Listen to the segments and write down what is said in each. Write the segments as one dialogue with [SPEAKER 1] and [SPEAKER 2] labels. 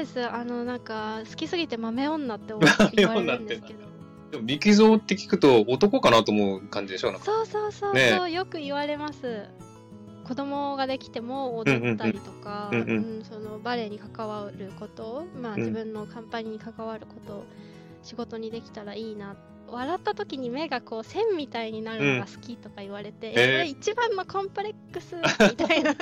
[SPEAKER 1] です。なんか好きすぎて豆女って
[SPEAKER 2] 豆
[SPEAKER 1] 言われ
[SPEAKER 2] 女ってな。
[SPEAKER 1] るんですけど。
[SPEAKER 2] でもミキゾーって聞くと男かなと思う感じでしょなんか。
[SPEAKER 1] そうそうそう
[SPEAKER 2] ね
[SPEAKER 1] そう、よく言われます。子供ができても
[SPEAKER 2] え。うん
[SPEAKER 1] 踊ったり
[SPEAKER 2] うんうん。
[SPEAKER 1] とか、
[SPEAKER 2] うんうん。
[SPEAKER 1] そのバレエに関わること、自
[SPEAKER 2] うん。
[SPEAKER 1] 分のカンパニーに関わること、仕事にできたらいいな。笑った時に目がこう線みたいになるのが好きとか言われて、それ一番のコンプレックスみたいな。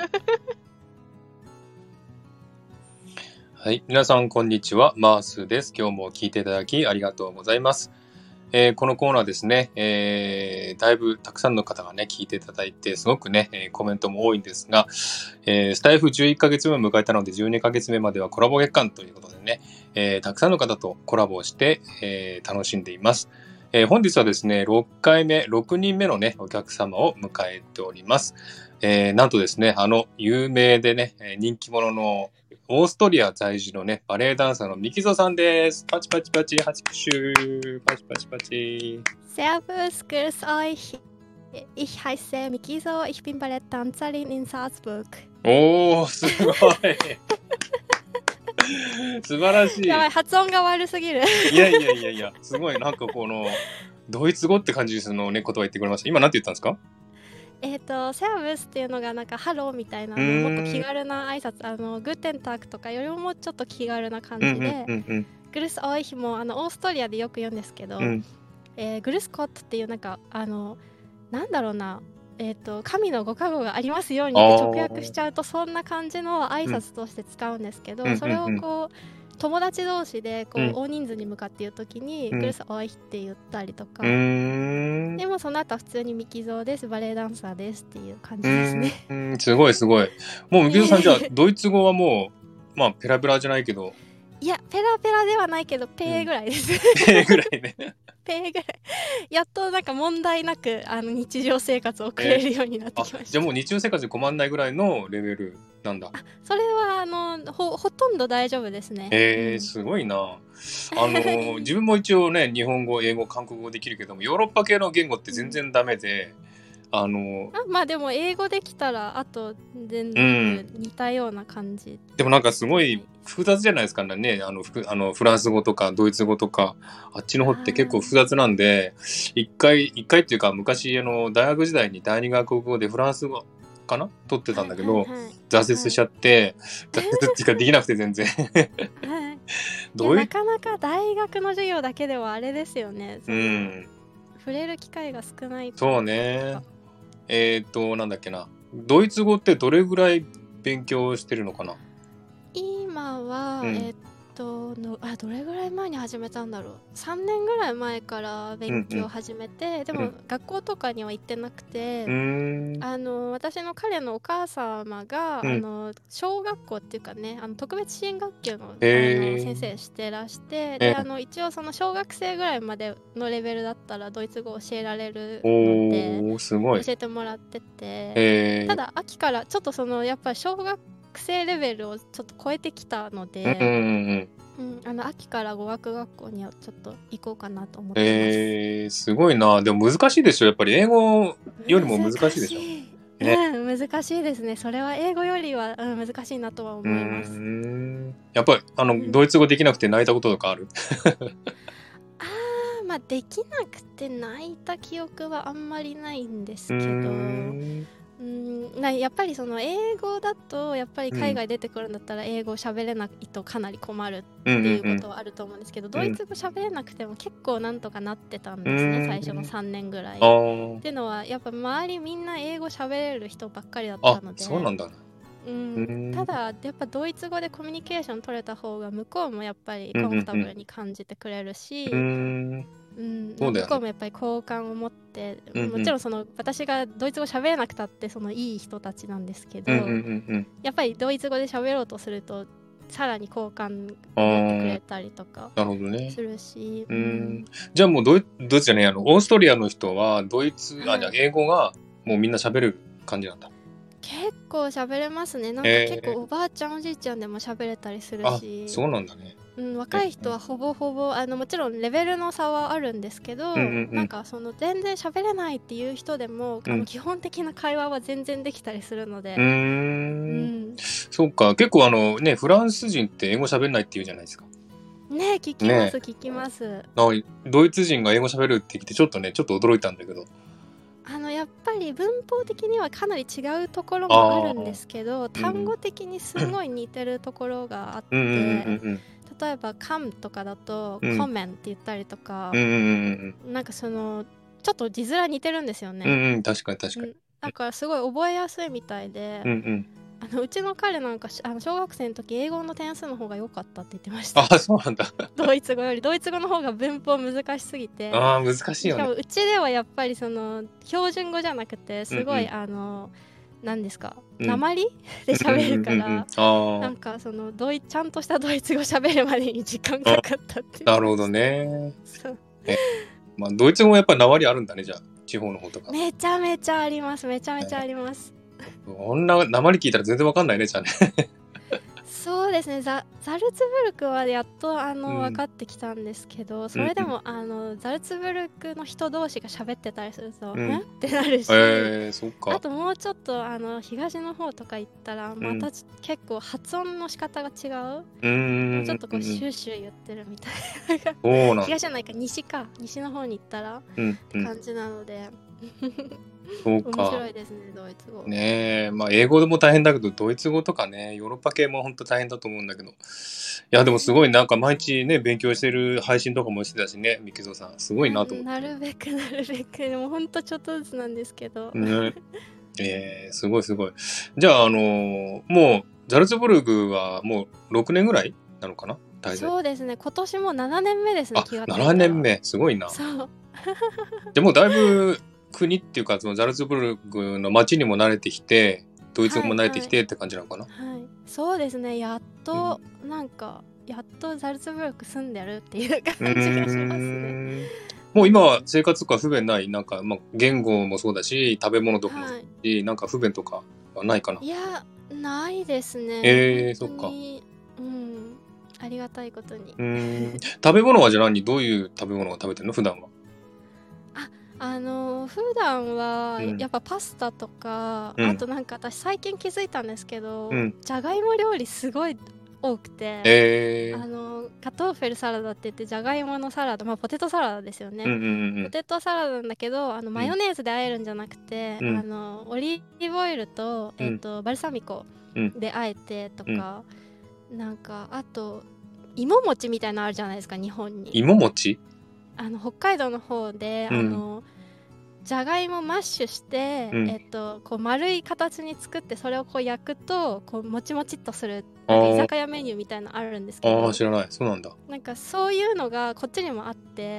[SPEAKER 2] はい。皆さん、こんにちは。マースです。今日も聞いていただきありがとうございます。このコーナーですね、だいぶたくさんの方がね、聞いていただいて、すごくね、コメントも多いんですが、スタイフ11ヶ月目を迎えたので、12ヶ月目まではコラボ月間ということでね、たくさんの方とコラボをして、楽しんでいます。本日はですね、6人目のね、お客様を迎えております。なんとですね、有名でね、人気者のオーストリア在住のね、バレエダンサーのミキゾさんです。パチパチパチ、拍手、パチパチパチ。
[SPEAKER 1] Servus, grüß euch. Ich heiße Mikizo, ich bin Balletttänzerin in Salzburg.
[SPEAKER 2] おー、すごい。素晴らしい。
[SPEAKER 1] やばい、発音が悪すぎる。
[SPEAKER 2] いやいやいやいや、すごい、なんかこの、ドイツ語って感じのね、言葉言ってくれました。今なんて言ったんですか？
[SPEAKER 1] セアブスっていうのがなんかハローみたいなもっと気軽な挨拶、グーテンタークとかよりももうちょっと気軽な感じで、グルスオイヒもオーストリアでよく言うんですけど、グルスコットっていうなんかなんだろうな、神のご加護がありますようにって直訳しちゃうとそんな感じの挨拶として使うんですけど、それをこう友達同士でこう、大人数に向かって言うときに、グルスオイヒって言ったりとか、でもその後は普通にミキゾーです、バレエダンサーですっていう感じですね。
[SPEAKER 2] すごいすごい。もうミキゾーさんじゃあドイツ語はもうまあペラペラじゃないけど、
[SPEAKER 1] いやペラペラではないけどペーぐらいです。
[SPEAKER 2] ペーぐらいね。
[SPEAKER 1] ペーぐらい。やっとなんか問題なく日常生活を送れるようになってきました。
[SPEAKER 2] じゃあもう日常生活で困んないぐらいのレベルなんだ。
[SPEAKER 1] それはほとんど大丈夫ですね。
[SPEAKER 2] すごいな。自分も一応ね、日本語、英語、韓国語できるけども、ヨーロッパ系の言語って全然ダメで、
[SPEAKER 1] まあでも英語できたらあと全部似たような感じ、
[SPEAKER 2] でもなんかすごい複雑じゃないですかね。フランス語とかドイツ語とかあっちの方って結構複雑なんで、一回っていうか昔大学時代に第二外国語でフランス語かな取ってたんだけど、挫折しちゃって、挫折っていうかできなくて全然。
[SPEAKER 1] なかなか大学の授業だけではあれですよね。触れる機会が少ない。
[SPEAKER 2] そうね。なんだっけな。ドイツ語ってどれぐらい勉強してるのかな？
[SPEAKER 1] 今は、どれぐらい前に始めたんだろう。3年ぐらい前から勉強を始めて、でも学校とかには行ってなくて、私の彼のお母様が、小学校っていうかね、特別支援学級の、先生してらして、で一応その小学生ぐらいまでのレベルだったらドイツ語を教えられるので、
[SPEAKER 2] すごい
[SPEAKER 1] 教えてもらってて、ただ秋からちょっとやっぱり小学生レベルをちょっと超えてきたので、秋から語学学校にはちょっと行こうかなと思ってます。
[SPEAKER 2] すごいな。でも難しいでしょ。やっぱり英語よりも難しいでしょ。
[SPEAKER 1] 難しいですね。それは英語よりは、難しいなとは思います。
[SPEAKER 2] やっぱりドイツ語できなくて泣いたこととかある？
[SPEAKER 1] まあできなくて泣いた記憶はあんまりないんですけど、やっぱりその英語だとやっぱり海外出てくるんだったら英語喋れないとかなり困るっていうことはあると思うんですけど、ドイツ語喋れなくても結構なんとかなってたんですね、最初の3年ぐらい。っていうのはやっぱ周りみんな英語喋れる人ばっかりだったので。
[SPEAKER 2] そうなんだ。
[SPEAKER 1] ただやっぱドイツ語でコミュニケーション取れた方が向こうもやっぱりコンフォタブルに感じてくれるし、向こうもやっぱり好感を持って、もちろん私がドイツ語喋れなくたっていい人たちなんですけど、やっぱりドイツ語で喋ろうとするとさらに好感を持ってくれたりとかするし、
[SPEAKER 2] じゃあもうドイツじゃねえ、オーストリアの人はじゃあ英語がもうみんな喋れる感じなんだ。
[SPEAKER 1] 結構喋れますね。なんか結構おばあちゃんおじいちゃんでも喋れたりするし。
[SPEAKER 2] そうなんだね。
[SPEAKER 1] 若い人はほぼほぼもちろんレベルの差はあるんですけど、なんか全然喋れないっていう人でも、基本的な会話は全然できたりするので、
[SPEAKER 2] そうか。結構ね、フランス人って英語喋んないって言うじゃないですか。
[SPEAKER 1] ね、聞きます、聞きます。
[SPEAKER 2] ドイツ人が英語喋るって聞いてちょっと驚いたんだけど。
[SPEAKER 1] やっぱり文法的にはかなり違うところもあるんですけど、単語的にすごい似てるところがあって、例えばカムとかだとコメンって言ったりとか、なんかそのちょっと字面似てるんですよね。
[SPEAKER 2] 確かに確かに。
[SPEAKER 1] だからすごい覚えやすいみたいで、うちの彼なんか小学生の時英語の点数の方が良かったって言ってました。
[SPEAKER 2] あ、そうなんだ。
[SPEAKER 1] ドイツ語よりドイツ語の方が文法難しすぎて。
[SPEAKER 2] 難しいよね。
[SPEAKER 1] しかもうちではやっぱりその標準語じゃなくてすごい何ですか、訛で喋るからなんかそのちゃんとしたドイツ語喋るまでに時間かかったっていう。
[SPEAKER 2] なるほどね。まあドイツ語もやっぱ訛りあるんだね、じゃあ地方の方とか。
[SPEAKER 1] めちゃめちゃあります、めちゃめちゃあります。
[SPEAKER 2] こんな訛り聞いたら全然わかんないね、じゃあね。
[SPEAKER 1] そうですね、ザルツブルクはやっと分かってきたんですけど、それでもザルツブルクの人同士が喋ってたりすると、ってなるし、
[SPEAKER 2] そっか。
[SPEAKER 1] あともうちょっと東の方とか行ったらまた結構発音の仕方が違う、もうちょっとこうシューシュー言ってるみたいな東じゃないか、西の方に行ったらって感じなので
[SPEAKER 2] そうか。
[SPEAKER 1] 面白いですね、ドイツ語。
[SPEAKER 2] ねえ、まあ英語でも大変だけど、ドイツ語とかね、ヨーロッパ系も本当大変だと思うんだけど。いや、でもすごいなんか毎日ね、勉強してる配信とかもしてたしね、みきぞうさん、すごいなと思って。
[SPEAKER 1] なるべく、でも本当ちょっとずつなんですけど。
[SPEAKER 2] ね、すごいすごい。じゃあ、もう、ザルツブルグはもう6年ぐらいなのかな、滞在。
[SPEAKER 1] そうですね、今年も7年目ですね、
[SPEAKER 2] 気がついたら。7年目、すごいな。
[SPEAKER 1] そう。
[SPEAKER 2] でもだいぶ、国っていうかそのザルツブルグの街にも慣れてきて、ドイツ語も慣れてきてって感じなのかな。
[SPEAKER 1] そうですね、やっとザルツブルク住んでるっていう感じがしますね。
[SPEAKER 2] もう今は生活とか不便ない、なんかまあ言語もそうだし、食べ物とかもそうだし、なんか不便とかはないかな。
[SPEAKER 1] いや、ないですね。
[SPEAKER 2] そっか。
[SPEAKER 1] ありがたいことに。
[SPEAKER 2] 食べ物はじゃあどういう食べ物を食べてるの普段は。
[SPEAKER 1] 普段はやっぱパスタとか、あとなんか私最近気づいたんですけど、じゃがいも料理すごい多くて、カトーフェルサラダって言ってじゃがいものサラダ、まあポテトサラダですよね。ポテトサラダなんだけどマヨネーズで和えるんじゃなくて、オリーブオイルと、バルサミコで和えてとか、なんかあと芋餅みたいなのあるじゃないですか、日本に。
[SPEAKER 2] 芋餅？
[SPEAKER 1] 北海道の方で、じゃがいもマッシュして、こう丸い形に作ってそれをこう焼くとこうもちもちっとする居酒屋メニューみたいなのあるんですけど。
[SPEAKER 2] 知らない。そうなんだ。
[SPEAKER 1] なんかそういうのがこっちにもあって、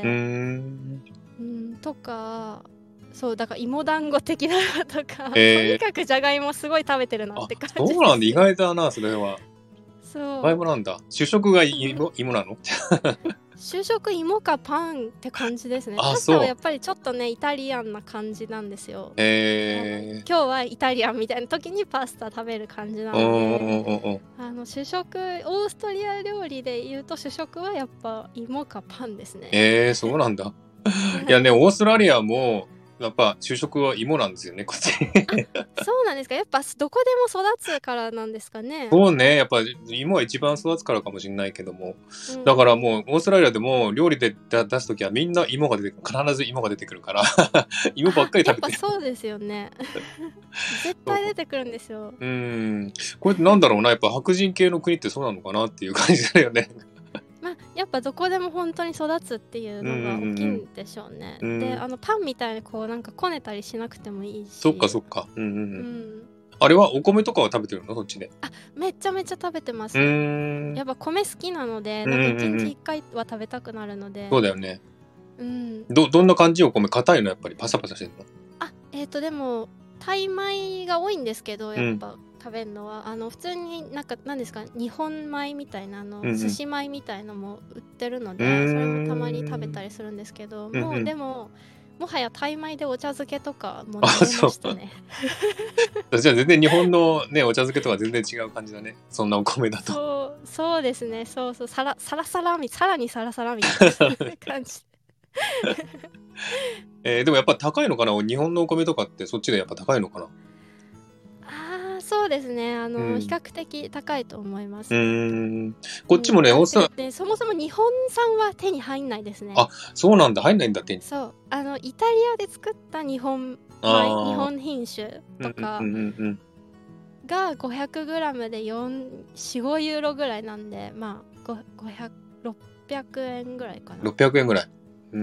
[SPEAKER 1] とか、そうだから芋団子的なのとか、とにかくじゃがいもすごい食べてるなって感じです。
[SPEAKER 2] そうなんだ、意外だな、それは。
[SPEAKER 1] そう。
[SPEAKER 2] じゃがいもなんだ。主食が芋なの？
[SPEAKER 1] 主食芋かパンって感じですね。パスタはやっぱりちょっとねイタリアンな感じなんですよ。今日はイタリアンみたいな時にパスタ食べる感じなので、主食オーストリア料理で言うと主食はやっぱ芋かパンですね。
[SPEAKER 2] そうなんだ。いやね、オーストラリアもやっぱ主食は芋なんですよね、こっち。
[SPEAKER 1] そうなんですか。やっぱどこでも育つからなんですかね。
[SPEAKER 2] そうね、やっぱ芋は一番育つからかもしれないけども、だからもうオーストラリアでも料理で出すときはみんな芋が出てくる、必ず芋が出てくるから芋ばっかり食べてる。
[SPEAKER 1] やっぱそうですよね。絶対出てくるんですよ。
[SPEAKER 2] これってなんだろうな、やっぱ白人系の国ってそうなのかなっていう感じだよね。
[SPEAKER 1] まあ、やっぱどこでも本当に育つっていうのが大きいんでしょうね。でパンみたいにこうなんかこねたりしなくてもいいし。
[SPEAKER 2] そっかそっか。あれはお米とかは食べてるのそっちで？
[SPEAKER 1] めちゃめちゃ食べてます。やっぱ米好きなのでなんか1日1回は食べたくなるので。
[SPEAKER 2] そうだよね。どんな感じ？お米硬いの？やっぱりパサパサしてる
[SPEAKER 1] の？でもタイ米が多いんですけど、やっぱ食べるのは普通になんか何ですか、日本米みたいな寿司米みたいのも売ってるので、それもたまに食べたりするんですけど、でももはやタイ米でお茶漬けとかも飲めましたね。
[SPEAKER 2] じゃあ全然日本のねお茶漬けとは全然違う感じだね、そんなお米だと。
[SPEAKER 1] そうですね、そうサラサラさらにサラサラみたいな感じ。
[SPEAKER 2] でもやっぱ高いのかな、日本のお米とかってそっちでやっぱ高いのかな。
[SPEAKER 1] そうですね。
[SPEAKER 2] うん
[SPEAKER 1] 比較的高いと思います。
[SPEAKER 2] こっちもね、オーストラ
[SPEAKER 1] で、そもそも日本産は手に入んないですね。
[SPEAKER 2] あ、そうなんだ。入んないんだって。
[SPEAKER 1] そう。イタリアで作った日本米、日本品種とかが 500g で4、5ユーロぐらいなんで、まあ、600円ぐらいかな。
[SPEAKER 2] 600円ぐらい。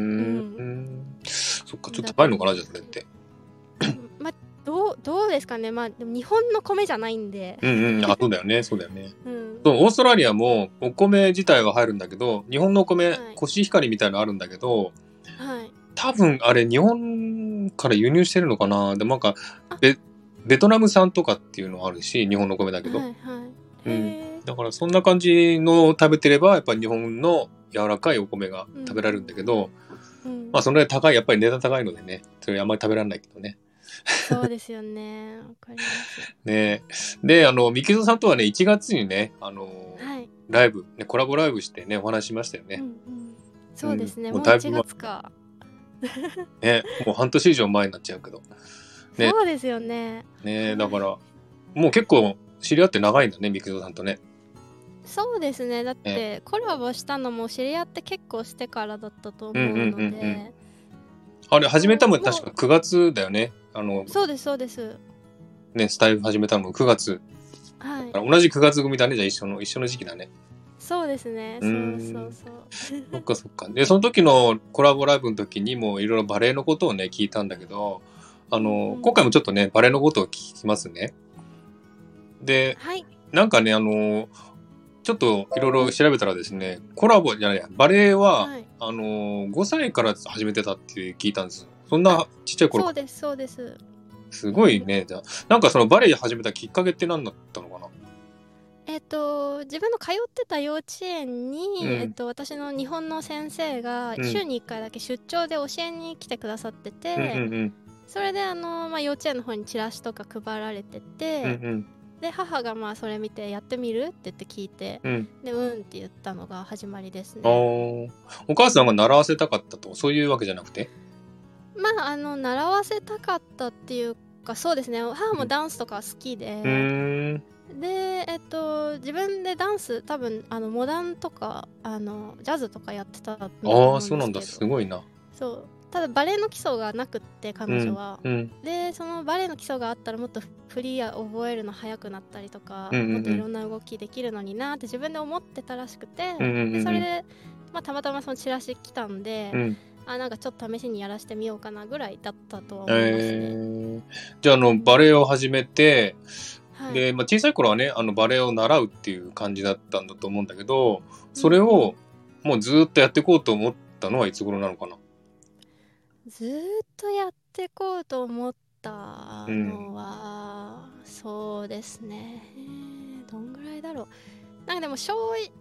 [SPEAKER 2] そっか、ちょっと高いのかな、じゃあそれって。
[SPEAKER 1] まあ、どうですかね。まあ、でも日本の米じゃないんで。
[SPEAKER 2] あ、そうだよね、そうだよね。そう、オーストラリアもお米自体は入るんだけど、日本のお米、コシヒカリみたいなのあるんだけど、多分あれ日本から輸入してるのかな。でもなんかベトナム産とかっていうのあるし、日本の米だけど、だからそんな感じの食べてればやっぱり日本の柔らかいお米が食べられるんだけど、まあそのぐらい高い、やっぱり値段高いのでね、それあんまり食べられないけどね。
[SPEAKER 1] そうですよね。わかります。
[SPEAKER 2] ね。で、ミキゾさんとはね、1月にね、ライブ、ね、コラボライブしてね、お話しましたよね。
[SPEAKER 1] そうですね。もう1月か。
[SPEAKER 2] ね、もう半年以上前になっちゃうけど。
[SPEAKER 1] ね、そうですよね。
[SPEAKER 2] ね、だから、もう結構知り合って長いんだね、ミキゾさんとね。
[SPEAKER 1] そうですね。だって、コラボしたのも知り合って結構してからだったと思うので。
[SPEAKER 2] あれ、始めたのも確か9月だよね。
[SPEAKER 1] そうです、そうです。
[SPEAKER 2] ね、スタイル始めたのも9月。
[SPEAKER 1] はい。
[SPEAKER 2] 同じ9月組だね、じゃあ一緒の時期だね。
[SPEAKER 1] そうですね。そう。
[SPEAKER 2] そっかそっか。で、その時のコラボライブの時にもいろいろバレエのことをね、聞いたんだけど、今回もちょっとね、バレエのことを聞きますね。で、なんかね、ちょっといろいろ調べたらですね、コラボじゃないや、バレエは、5歳から始めてたって聞いたんですよ。そんなちっちゃい頃。
[SPEAKER 1] そうです、そうです。
[SPEAKER 2] すごいね。じゃあ、なんかそのバレエ始めたきっかけって何だったのかな？
[SPEAKER 1] 自分の通ってた幼稚園に、私の日本の先生が週に1回だけ出張で教えに来てくださってて、それで幼稚園の方にチラシとか配られてて、で母がまあそれ見てやってみるって言って聞いて、でって言ったのが始まりですね。
[SPEAKER 2] お母さんが習わせたかったと、そういうわけじゃなくて？
[SPEAKER 1] まあ習わせたかったっていうか、そうですね、母もダンスとか好きで、で自分でダンス多分モダンとかジャズとかやってたと思うんですけど。
[SPEAKER 2] そうなんだ、すごいな。
[SPEAKER 1] そう、ただバレエの基礎がなくって彼女は、でそのバレエの基礎があったらもっと振りや覚えるの早くなったりとか、もっといろんな動きできるのになって自分で思ってたらしくて、でそれで、まあ、たまたまそのチラシ来たんで、なんかちょっと試しにやらせてみようかなぐらいだったとは思いますね。
[SPEAKER 2] じゃあバレエを始めて、で、まあ、小さい頃はねバレエを習うっていう感じだったんだと思うんだけど、それをもうずっとやっていこうと思ったのはいつ頃なのかな？
[SPEAKER 1] ずっとやっていこうと思ったのは、そうですね、どんぐらいだろう。なんかでも小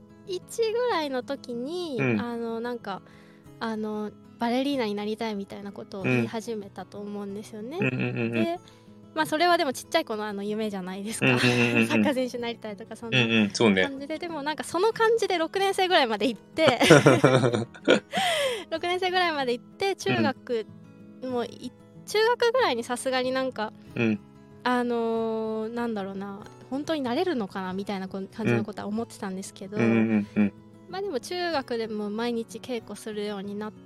[SPEAKER 1] 1ぐらいの時に、なんかバレリーナになりたいみたいなことを言い始めたと思うんですよね。で、まあそれはでもちっちゃい子の夢じゃないですか。サッカー選手になりたいとかそんな感じで、でもなんかその感じで6年生ぐらいまで行って6年生ぐらいまで行って中学も中学ぐらいにさすがになんか、なんだろうな、本当になれるのかなみたいな感じのことは思ってたんですけど、まあでも中学でも毎日稽古するようになって、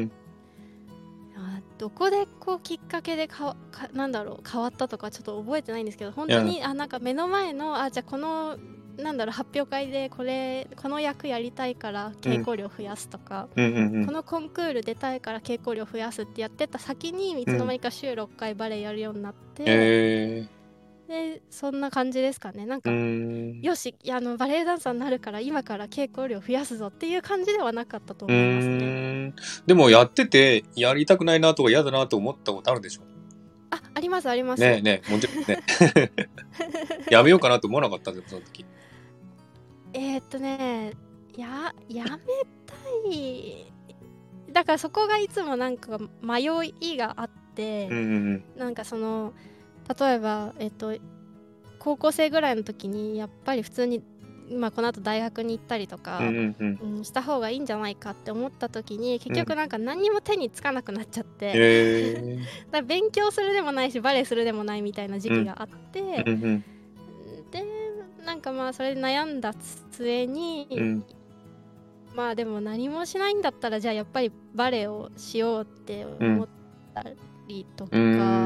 [SPEAKER 1] どこでこうきっかけでなんだろう変わったとかちょっと覚えてないんですけど、本当になんか目の前のじゃあこのなんだろう発表会でこの役やりたいから稽古量増やすとか、このコンクール出たいから稽古量増やすってやってた先にいつの間にか週6回バレエやるようになって、でそんな感じですかね。なんかよしバレエダンサーになるから今から稽古量増やすぞっていう感じではなかったと思いますね。
[SPEAKER 2] でもやっててやりたくないなとか嫌だなと思ったことあるでしょ？
[SPEAKER 1] ありますあります。
[SPEAKER 2] ねもちろんねやめようかなと思わなかったんですその時。
[SPEAKER 1] やめたい、だからそこがいつもなんか迷いがあって、なんかその例えば高校生ぐらいの時にやっぱり普通にまあ、この後大学に行ったりとか、した方がいいんじゃないかって思った時に結局なんか何にも手につかなくなっちゃって、だから勉強するでもないしバレエするでもないみたいな時期があって、でなんかまあそれで悩んだ末に、まあでも何もしないんだったらじゃあやっぱりバレエをしようって思ったりとか、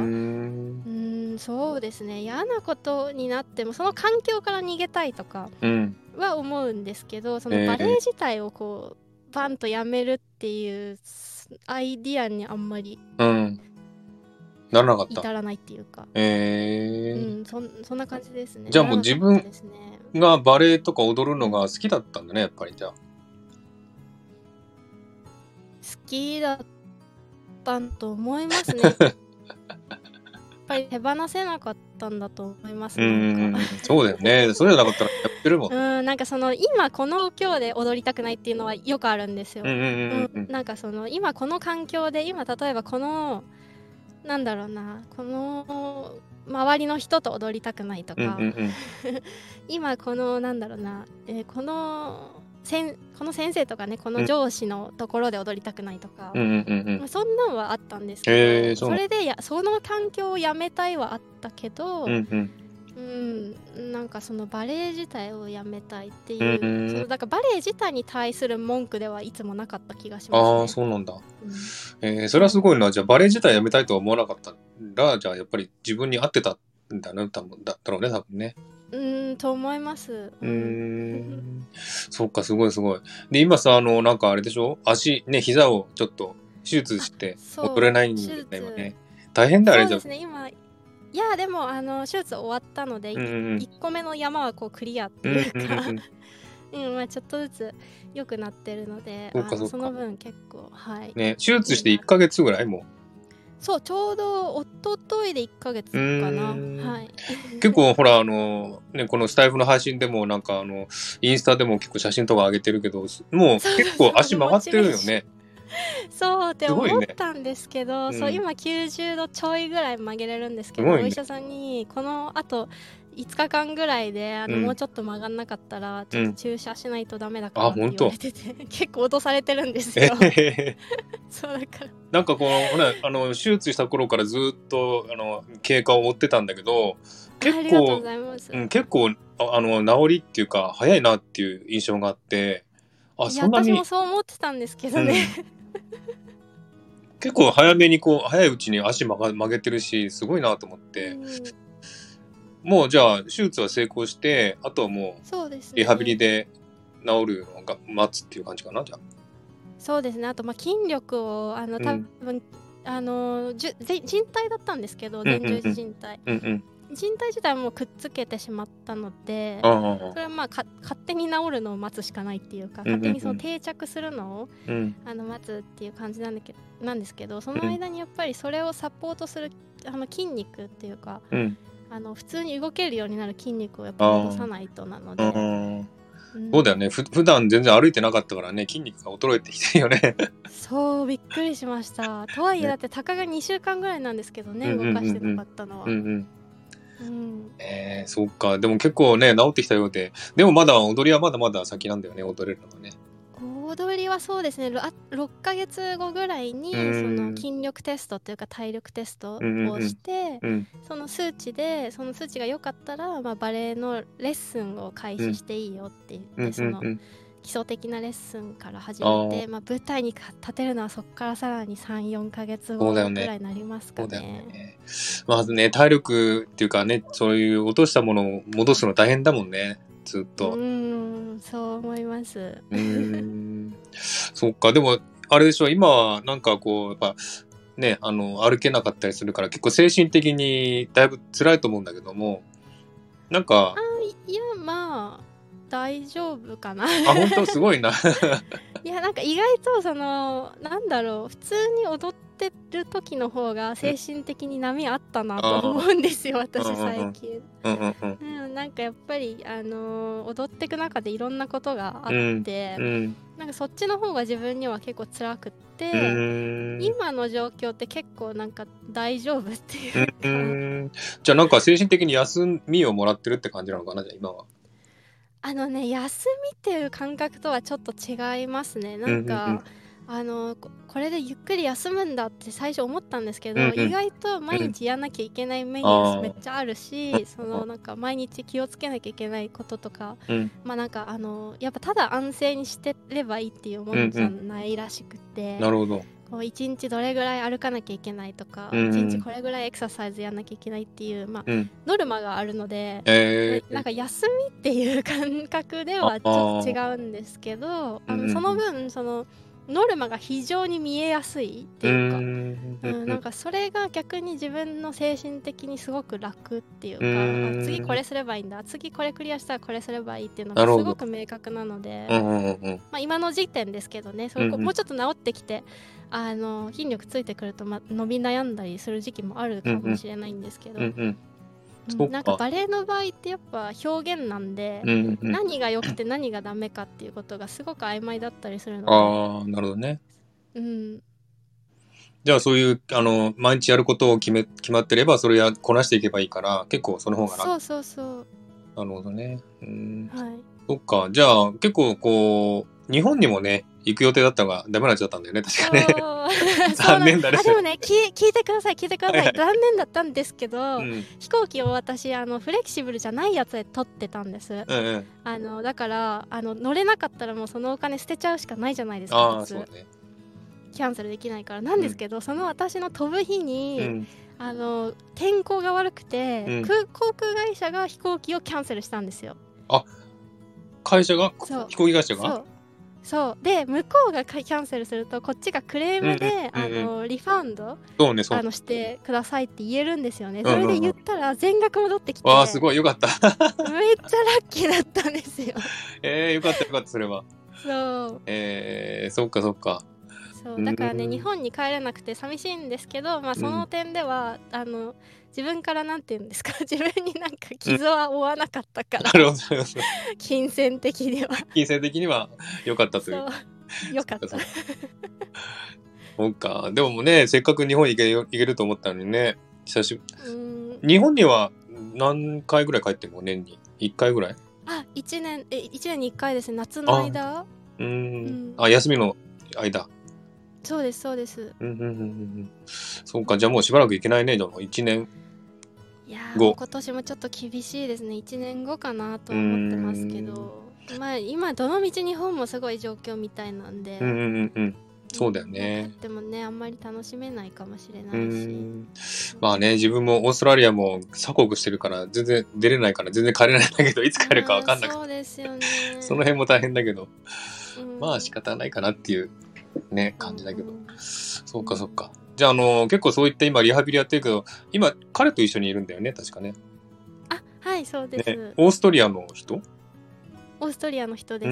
[SPEAKER 1] そうですね、嫌なことになってもその環境から逃げたいとかは思うんですけど、そのバレエ自体をこうバンとやめるっていうアイディアにあんまり
[SPEAKER 2] ならなかった、
[SPEAKER 1] 至らないっていうか、そんな感じですね。
[SPEAKER 2] じゃあもう自分がバレエとか踊るのが好きだったんだね、やっぱり。じゃあ
[SPEAKER 1] 好きだったと思いますね。やっぱり手放せなかったんだと思います。なんか
[SPEAKER 2] そうだよね。それじゃなかったらやってるもん。
[SPEAKER 1] なんかその今この今日で踊りたくないっていうのはよくあるんですよ。なんかその今この環境で今例えばこのなんだろうな、この周りの人と踊りたくないとか、今このなんだろうな、この先生とかね、この上司のところで踊りたくないとか、そんなんはあったんですけど、それでその環境をやめたいはあったけど、なんかそのバレエ自体をやめたいっていう、そのだからバレエ自体に対する文句ではいつもなかった気がしますね。
[SPEAKER 2] ああ、そうなんだ。それはすごいな。じゃあバレエ自体やめたいとは思わなかったら、じゃあやっぱり自分に合ってたんだね、だろうね、多分ね。
[SPEAKER 1] と思います。
[SPEAKER 2] そっか、すごいすごい。で、今さ、なんかあれでしょ、足、ね、膝をちょっと手術して踊れないんだよね、今ね。大変だ、あれじゃん。
[SPEAKER 1] そうですね、今、いや、でも、手術終わったので、1個目の山はこうクリアっていうか、まあちょっとずつ良くなってるので、その分結構、はい。
[SPEAKER 2] ね、手術して1ヶ月ぐらいもう。
[SPEAKER 1] そう、ちょうど一昨日で1ヶ月かな。はい。
[SPEAKER 2] 結構ほらね、このスタイフの配信でもなんかインスタでも結構写真とか上げてるけど、もう結構足曲がってるよね。
[SPEAKER 1] そうって思ったんですけど、そう今90度ちょいぐらい曲げれるんですけど、お医者さんにこのあと5日間ぐらいでもうちょっと曲がんなかったらちょっと注射しないとダメだからって言われてて、結構脅されてるんですよ。そうだから
[SPEAKER 2] なんかこの手術した頃からずっと経過を追ってたんだけど、結構治りっていうか早いなっていう印象があって、
[SPEAKER 1] そんなに私もそう思ってたんですけどね。
[SPEAKER 2] 結構早めに早いうちに足曲げてるし、すごいなと思って。もうじゃあ手術は成功して、あとはもうリハビリで治るのが待つっていう感じかな、じゃあ。
[SPEAKER 1] そうですね。あと筋力を多分靭帯だったんですけど、前十字靭帯。靭帯自体もくっつけてしまったので、それはまあ勝手に治るのを待つしかないっていうか、勝手にその定着するのを待つっていう感じなんですけど、その間にやっぱりそれをサポートする筋肉っていうか、普通に動けるようになる筋肉をやっぱ戻さないとなので。
[SPEAKER 2] そうだよね。普段全然歩いてなかったからね、筋肉が衰えてきてるよね。
[SPEAKER 1] そう、びっくりしました。とはいえだってたかが2週間ぐらいなんですけどね、動かしてなかったのは。
[SPEAKER 2] そうか。でも結構ね、治ってきたようで。でもまだ踊りはまだまだ先なんだよね、踊れるのがね。
[SPEAKER 1] 踊りはそうですね、6ヶ月後ぐらいにその筋力テストというか体力テストをして、その数値が良かったら、バレエのレッスンを開始していいよって言って、その基礎的なレッスンから始めて、舞台に立てるのはそこからさらに 3,4 ヶ月後ぐらいになりますかね。
[SPEAKER 2] まずね、体力っていうかね、そういう落としたものを戻すの大変だもんね、ずっと。
[SPEAKER 1] そう思います。
[SPEAKER 2] そっか。でもあれでしょ、今はなんかやっぱね、歩けなかったりするから結構精神的にだいぶ辛いと思うんだけども、なんか
[SPEAKER 1] いやまあ大丈夫かな。
[SPEAKER 2] 本当すごいな。
[SPEAKER 1] いやなんか意外となんだろう、普通に踊ってる時の方が精神的に波あったなと思うんですよ、私最近。なんかやっぱり踊っていく中でいろんなことがあって、なんかそっちの方が自分には結構辛くって、今の状況って結構なんか大丈夫っていうか。
[SPEAKER 2] じゃあなんか精神的に休みをもらってるって感じなのかな、じゃあ今は。
[SPEAKER 1] 休みっていう感覚とはちょっと違いますね。なんか、これでゆっくり休むんだって最初思ったんですけど、意外と毎日やんなきゃいけないメニューめっちゃあるし、なんか毎日気をつけなきゃいけないこととか、なんかやっぱただ安静にしてればいいっていうもんじゃないらしくて、
[SPEAKER 2] なるほど。
[SPEAKER 1] こう1日どれぐらい歩かなきゃいけないとか、1日これぐらいエクササイズやんなきゃいけないっていう、ノルマがあるので、なんか休みっていう感覚ではちょっと違うんですけど、その分ノルマが非常に見えやすいっていうか、なんかそれが逆に自分の精神的にすごく楽っていうか、次これすればいいんだ、次これクリアしたらこれすればいいっていうのがすごく明確なので、今の時点ですけどね、もうちょっと治ってきて筋力ついてくると、伸び悩んだりする時期もあるかもしれないんですけど、なんかバレエの場合ってやっぱ表現なんで、何が良くて何がダメかっていうことがすごく曖昧だったりするので。
[SPEAKER 2] ああ、なるほどね。じゃあそういう毎日やることを決まってればそれやこなしていけばいいから結構その方が楽。
[SPEAKER 1] そう。
[SPEAKER 2] なるほどね。
[SPEAKER 1] はい。
[SPEAKER 2] そっか。じゃあ結構こう日本にもね行く予定だったのがダメになっちゃったんだよね、確かね。残念だね。
[SPEAKER 1] でもね、聞いてください。残念だったんですけど、飛行機を私フレキシブルじゃないやつで取ってたんです。だから乗れなかったらもうそのお金捨てちゃうしかないじゃないですか。普通ね、キャンセルできないからなんですけど、その私の飛ぶ日に、天候が悪くて、航空会社が飛行機をキャンセルしたんですよ。
[SPEAKER 2] 会社が飛行機会社が
[SPEAKER 1] そうで向こうがキャンセルするとこっちがクレームで、リファンドしてくださいって言えるんですよね。それで言ったら全額戻ってきて、
[SPEAKER 2] すごいよかった。
[SPEAKER 1] めっちゃラッキーだったんですよ。
[SPEAKER 2] よかったそれは。
[SPEAKER 1] そう
[SPEAKER 2] そっか
[SPEAKER 1] そうだからね、日本に帰れなくて寂しいんですけど、その点では自分からなんて言うんですか、自分になんか傷は負わなかったから、金銭的には
[SPEAKER 2] 良かったという。
[SPEAKER 1] 良かった。
[SPEAKER 2] そうか。でもね、せっかく日本行けると思ったのにね、日本には何回ぐらい帰っても年に1回ぐらい
[SPEAKER 1] ？1年に1回ですね、夏の間。
[SPEAKER 2] 休みの間。
[SPEAKER 1] そうです。
[SPEAKER 2] そうか、じゃあもうしばらく行けないね、じゃあもう1年
[SPEAKER 1] 後。いや今年もちょっと厳しいですね。1年後かなと思ってますけど、今どの道日本もすごい状況みたいなんで、
[SPEAKER 2] そうだよね。
[SPEAKER 1] でもね、あんまり楽しめないかもしれないし。
[SPEAKER 2] 自分もオーストラリアも鎖国してるから全然出れないから全然帰れないんだけど、いつ帰るか分かんなくて、
[SPEAKER 1] そうですよね。
[SPEAKER 2] その辺も大変だけど、仕方ないかなっていうね感じだけど、そうか。じゃあ結構そういった今リハビリやってるけど、今彼と一緒にいるんだよね、確かね。
[SPEAKER 1] はい、そうです。
[SPEAKER 2] オーストリアの人？
[SPEAKER 1] オーストリアの人です。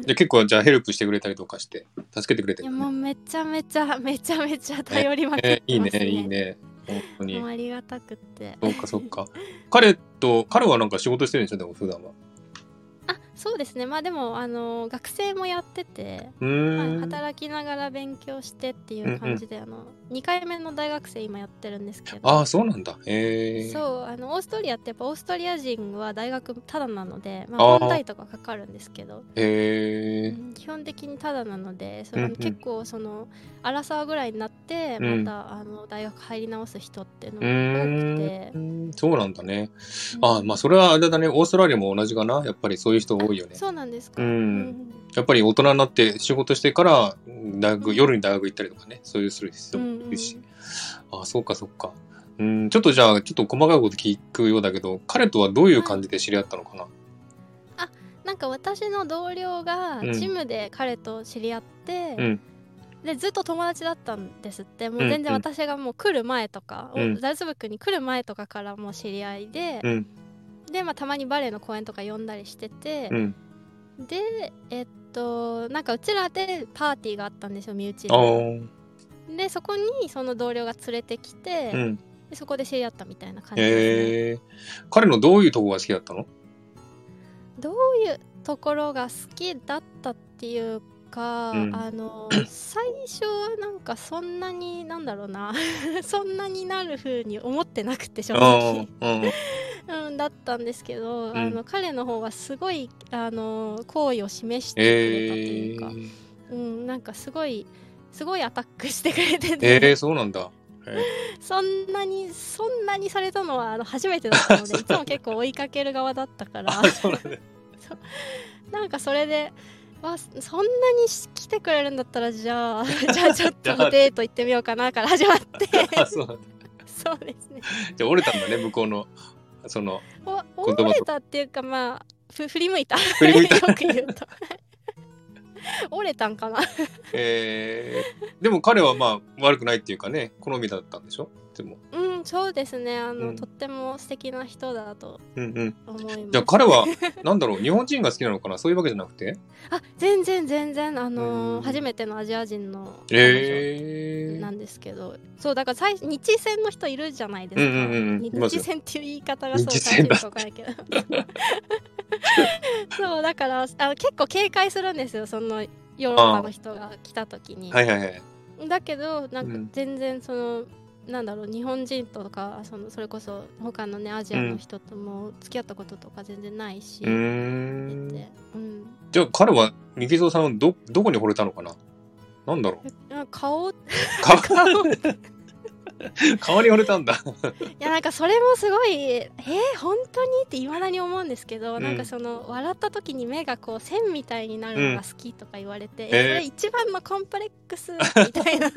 [SPEAKER 2] で結構じゃあヘルプしてくれたりとかして助けてくれてる、
[SPEAKER 1] いやもうめちゃめちゃ頼りまくってますね。
[SPEAKER 2] いいね本当に。
[SPEAKER 1] もうありがたくって。
[SPEAKER 2] そうか。彼はなんか仕事してるんでしょ、でも普段は。
[SPEAKER 1] そうですね。でも学生もやってて、働きながら勉強してっていう感じで、2回目の大学生今やってるんですけど。
[SPEAKER 2] そうなんだ。
[SPEAKER 1] そうオーストリアってやっぱオーストリア人は大学タダなので、本代とかかかるんですけど、基本的にタダなので、結構アラサーぐらいになってまた大学入り直す人っていうのが多くて。
[SPEAKER 2] そうなんだね。それはあれだね、オーストラリアも同じかな、やっぱりそういう人多いよね。
[SPEAKER 1] そうなんですか。
[SPEAKER 2] やっぱり大人になって仕事してから夜に大学行ったりとかね、そういうする人もいるし。そうか。ちょっとじゃあちょっと細かいこと聞くようだけど、彼とはどういう感じで知り合ったのかな？
[SPEAKER 1] なんか私の同僚がジムで彼と知り合って、でずっと友達だったんですって。もう全然私がもう来る前とか、ザルツブルクに来る前とかからもう知り合いで、でたまにバレエの公演とか呼んだりしてて、でなんかうちらでパーティーがあったんですよ、身内で。でそこにその同僚が連れてきて、でそこで知り合ったみたいな感じですね。
[SPEAKER 2] 彼のどういうところが好きだったの？
[SPEAKER 1] どういうところが好きだったっていうか、最初はなんかそんなにそんなになる風に思ってなくて、正直。 だったんですけど、彼の方はすごい好意を示してくれたというか、なんかすごいアタックしてくれてて、
[SPEAKER 2] そうなんだ。
[SPEAKER 1] そんなにされたのは初めてだったのでいつも結構追いかける側だったから
[SPEAKER 2] そうなんだ。
[SPEAKER 1] なんかそれでそんなに来てくれるんだったらじゃあちょっとデート行ってみようかなから始まって
[SPEAKER 2] そうなんだ。
[SPEAKER 1] そうですね。
[SPEAKER 2] じゃあ折れたんだね、向こうのその
[SPEAKER 1] 折れたっていうか、まあ振り向いたよく言うと折れたんかな
[SPEAKER 2] でも彼はまあ悪くないっていうかね、好みだったんでしょ。でも
[SPEAKER 1] そうですね、とっても素敵な人だと思います。
[SPEAKER 2] じゃあ彼はなんだろう、日本人が好きなのかな、そういうわけじゃなくて、
[SPEAKER 1] 全然初めてのアジア人のなんですけど、そうだから日戦の人いるじゃないですか。日戦っていう言い方がそう正しいか分からないけどそうだから結構警戒するんですよ、そのヨーロッパの人が来た時に。だけどなんか全然なんだろう、日本人とかそれこそ他のねアジアの人とも付き合ったこととか全然ないし、
[SPEAKER 2] じゃあ彼はミキゾーさんをどこに惚れたのかな。なんだろう、顔に惚れたんだ
[SPEAKER 1] いやなんかそれもすごい本当にって未だに思うんですけど、なんか笑った時に目がこう線みたいになるのが好きとか言われて、それ一番のコンプレックスみたいな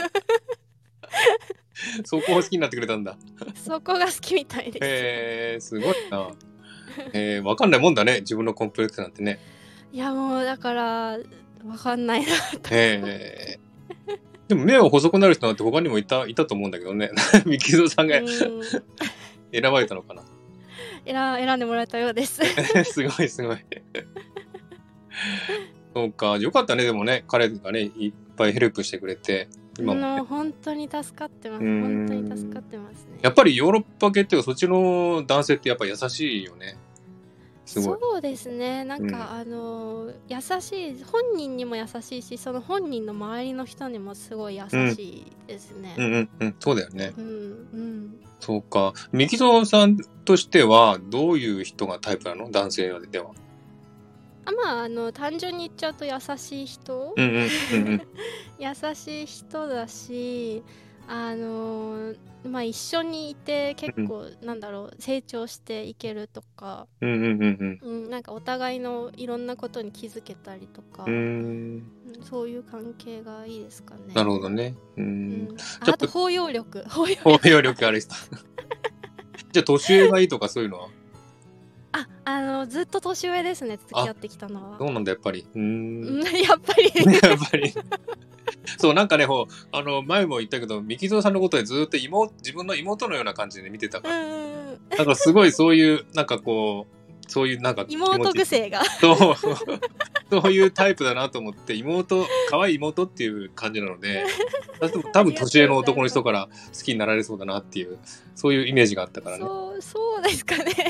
[SPEAKER 2] そこを好きになってくれたんだ
[SPEAKER 1] そこが好きみたいで
[SPEAKER 2] す。すごいな。分かんないもんだね、自分のコンプレックスなんてね。
[SPEAKER 1] いやもうだから分かんないなと
[SPEAKER 2] でも目を細くなる人なんて他にもいたと思うんだけどねミキゾーさんが選ばれたのかな。
[SPEAKER 1] 選んでもらえたようです
[SPEAKER 2] すごいそうか、よかったね。でもね、彼がねいっぱいヘルプしてくれて、
[SPEAKER 1] 今も、ね、本当に助かってます。本当に助かってますね。
[SPEAKER 2] やっぱりヨーロッパ系っていうかそっちの男性ってやっぱ優しいよね。すごい。
[SPEAKER 1] そうですね、なんか、優しい、本人にも優しいし、その本人の周りの人にもすごい優しいですね。
[SPEAKER 2] そうだよね。そうか。ミキゾーさんとしてはどういう人がタイプなの、男性では。
[SPEAKER 1] まあ単純に言っちゃうと優しい人優しい人だし、まあ一緒にいて結構、なんだろう、成長していけるとか、なんかお互いのいろんなことに気づけたりとか、そういう関係がいいですかね。
[SPEAKER 2] なるほどね。
[SPEAKER 1] あと包容力
[SPEAKER 2] ある人じゃあ年上がいいとかそういうのは。
[SPEAKER 1] ずっと年上ですね、付き合ってきたのは。
[SPEAKER 2] そうなんだ、やっぱり。
[SPEAKER 1] やっぱり
[SPEAKER 2] そう、なんかね、前も言ったけど、ミキゾーさんのことでずっと自分の妹のような感じで見てたから、なんかすごいそういうなんかこう、そういうなんか
[SPEAKER 1] 妹癖が
[SPEAKER 2] そういうタイプだなと思って、可愛い妹っていう感じなので、多分年上の男の人から好きになられそうだなっていう、そういうイメージがあったからね。
[SPEAKER 1] そうですかね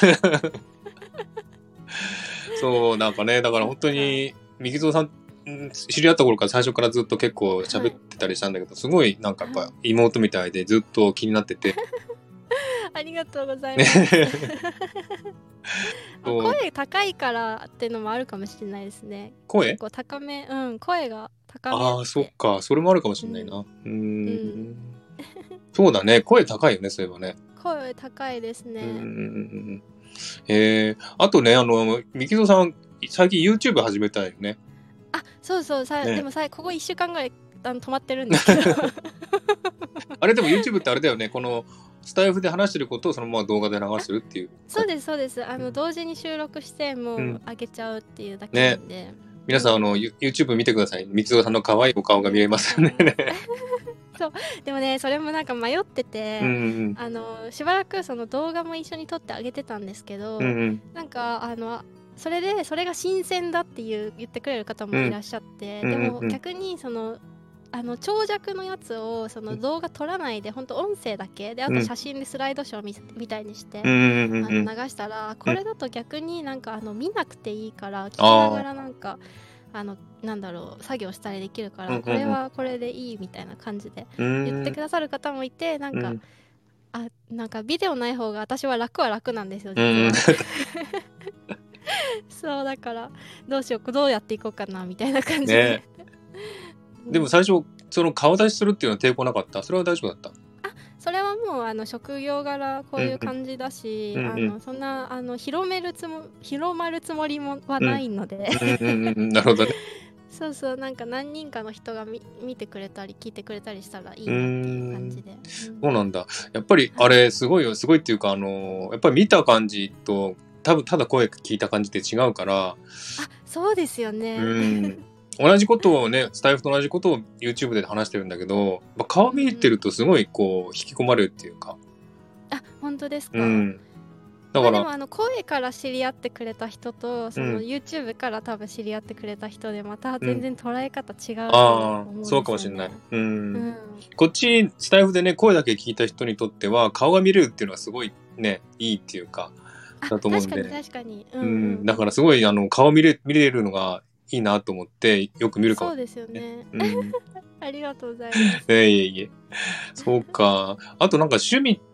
[SPEAKER 2] そう、なんかね、だから本当にミキゾーさん知り合った頃から最初からずっと結構喋ってたりしたんだけど、すごいなんかやっぱ妹みたいでずっと気になってて
[SPEAKER 1] ありがとうございます声高いからっていうのもあるかもしれないですね。
[SPEAKER 2] 声
[SPEAKER 1] 結構高め、声が高め。
[SPEAKER 2] ああ、そっか、それもあるかもしれないな。そうだね、声高いよね、そういえばね。
[SPEAKER 1] 声高いですね。
[SPEAKER 2] あとね、ミキゾーさん最近 YouTube 始めたよね。
[SPEAKER 1] そうでもここ1週間ぐらい止まってるんですけど
[SPEAKER 2] あれでも YouTube ってあれだよね、このスタイフで話してることをそのまま動画で流してるっていう。
[SPEAKER 1] そうです同時に収録してもう上げちゃうっていうだけなんで、
[SPEAKER 2] 皆さんYouTube 見てください。ミキゾーさんの可愛いお顔が見れますよね
[SPEAKER 1] そうでもね、それもなんか迷ってて、しばらくその動画も一緒に撮ってあげてたんですけど、なんかそれが新鮮だって言ってくれる方もいらっしゃって、でも逆に長尺のやつをその動画撮らないで本当音声だけで、あと写真でスライドショーみたいにして流したら、これだと逆になんか見なくていいから聞きながらなんかなんだろう、作業したりできるから、これはこれでいいみたいな感じで言ってくださる方もいて、なんかなんかビデオない方が私は楽は楽なんですよ、実
[SPEAKER 2] うん。
[SPEAKER 1] は。そう、だから、どうやっていこうかな、みたいな感じで。
[SPEAKER 2] ね。
[SPEAKER 1] うん、
[SPEAKER 2] でも最初、その顔出しするっていうのは抵抗なかった？それは大丈夫だった？
[SPEAKER 1] それはもう、職業柄こういう
[SPEAKER 2] うんうん。
[SPEAKER 1] 感じだし、
[SPEAKER 2] うんうん。
[SPEAKER 1] そんな、広まるつもりもは
[SPEAKER 2] うん。
[SPEAKER 1] ないので。
[SPEAKER 2] うんうんうん。なるほどね。
[SPEAKER 1] そうそう、なんか何人かの人が見てくれたり聞いてくれたりしたらい
[SPEAKER 2] うー
[SPEAKER 1] いなっていう感じ
[SPEAKER 2] ん。
[SPEAKER 1] で。
[SPEAKER 2] そうなんだ。やっぱり、あ
[SPEAKER 1] はい。
[SPEAKER 2] れ、すごいよ。すごいっていうか、やっぱり見た感じと、多分、ただ声聞いた感じって違うから、
[SPEAKER 1] そうですよ
[SPEAKER 2] う
[SPEAKER 1] ね。
[SPEAKER 2] ん。同じことをね、スタイフと同じことを YouTube で話してるんだけど、顔
[SPEAKER 1] うんう
[SPEAKER 2] 見てる
[SPEAKER 1] ん。
[SPEAKER 2] とすごいこう、引き込まれるっていうか。
[SPEAKER 1] 本当ですか？
[SPEAKER 2] うん。だから、
[SPEAKER 1] まあでも声から知り合ってくれた人とその
[SPEAKER 2] うん、
[SPEAKER 1] YouTube から多分知り合ってくれた人でまた全
[SPEAKER 2] うん。
[SPEAKER 1] 然捉え方違うと
[SPEAKER 2] ああ、
[SPEAKER 1] 思うん
[SPEAKER 2] そう
[SPEAKER 1] ですよね。
[SPEAKER 2] かもしれない。うん。
[SPEAKER 1] うん。
[SPEAKER 2] こっち、スタイフでね、声だけ聞いた人にとっては、顔が見れるっていうのはすごいね、いいっていうか、だと思うん
[SPEAKER 1] 確かに
[SPEAKER 2] で、
[SPEAKER 1] 確かに。うん
[SPEAKER 2] う
[SPEAKER 1] うん。
[SPEAKER 2] ん。だからすごい、顔見れるのがいいなと思って、よく見るかもし
[SPEAKER 1] そうですよ
[SPEAKER 2] れないね。
[SPEAKER 1] ね。
[SPEAKER 2] うん。
[SPEAKER 1] ありがとうございます。
[SPEAKER 2] いえいえいえ。そうか。あとなんか趣味って、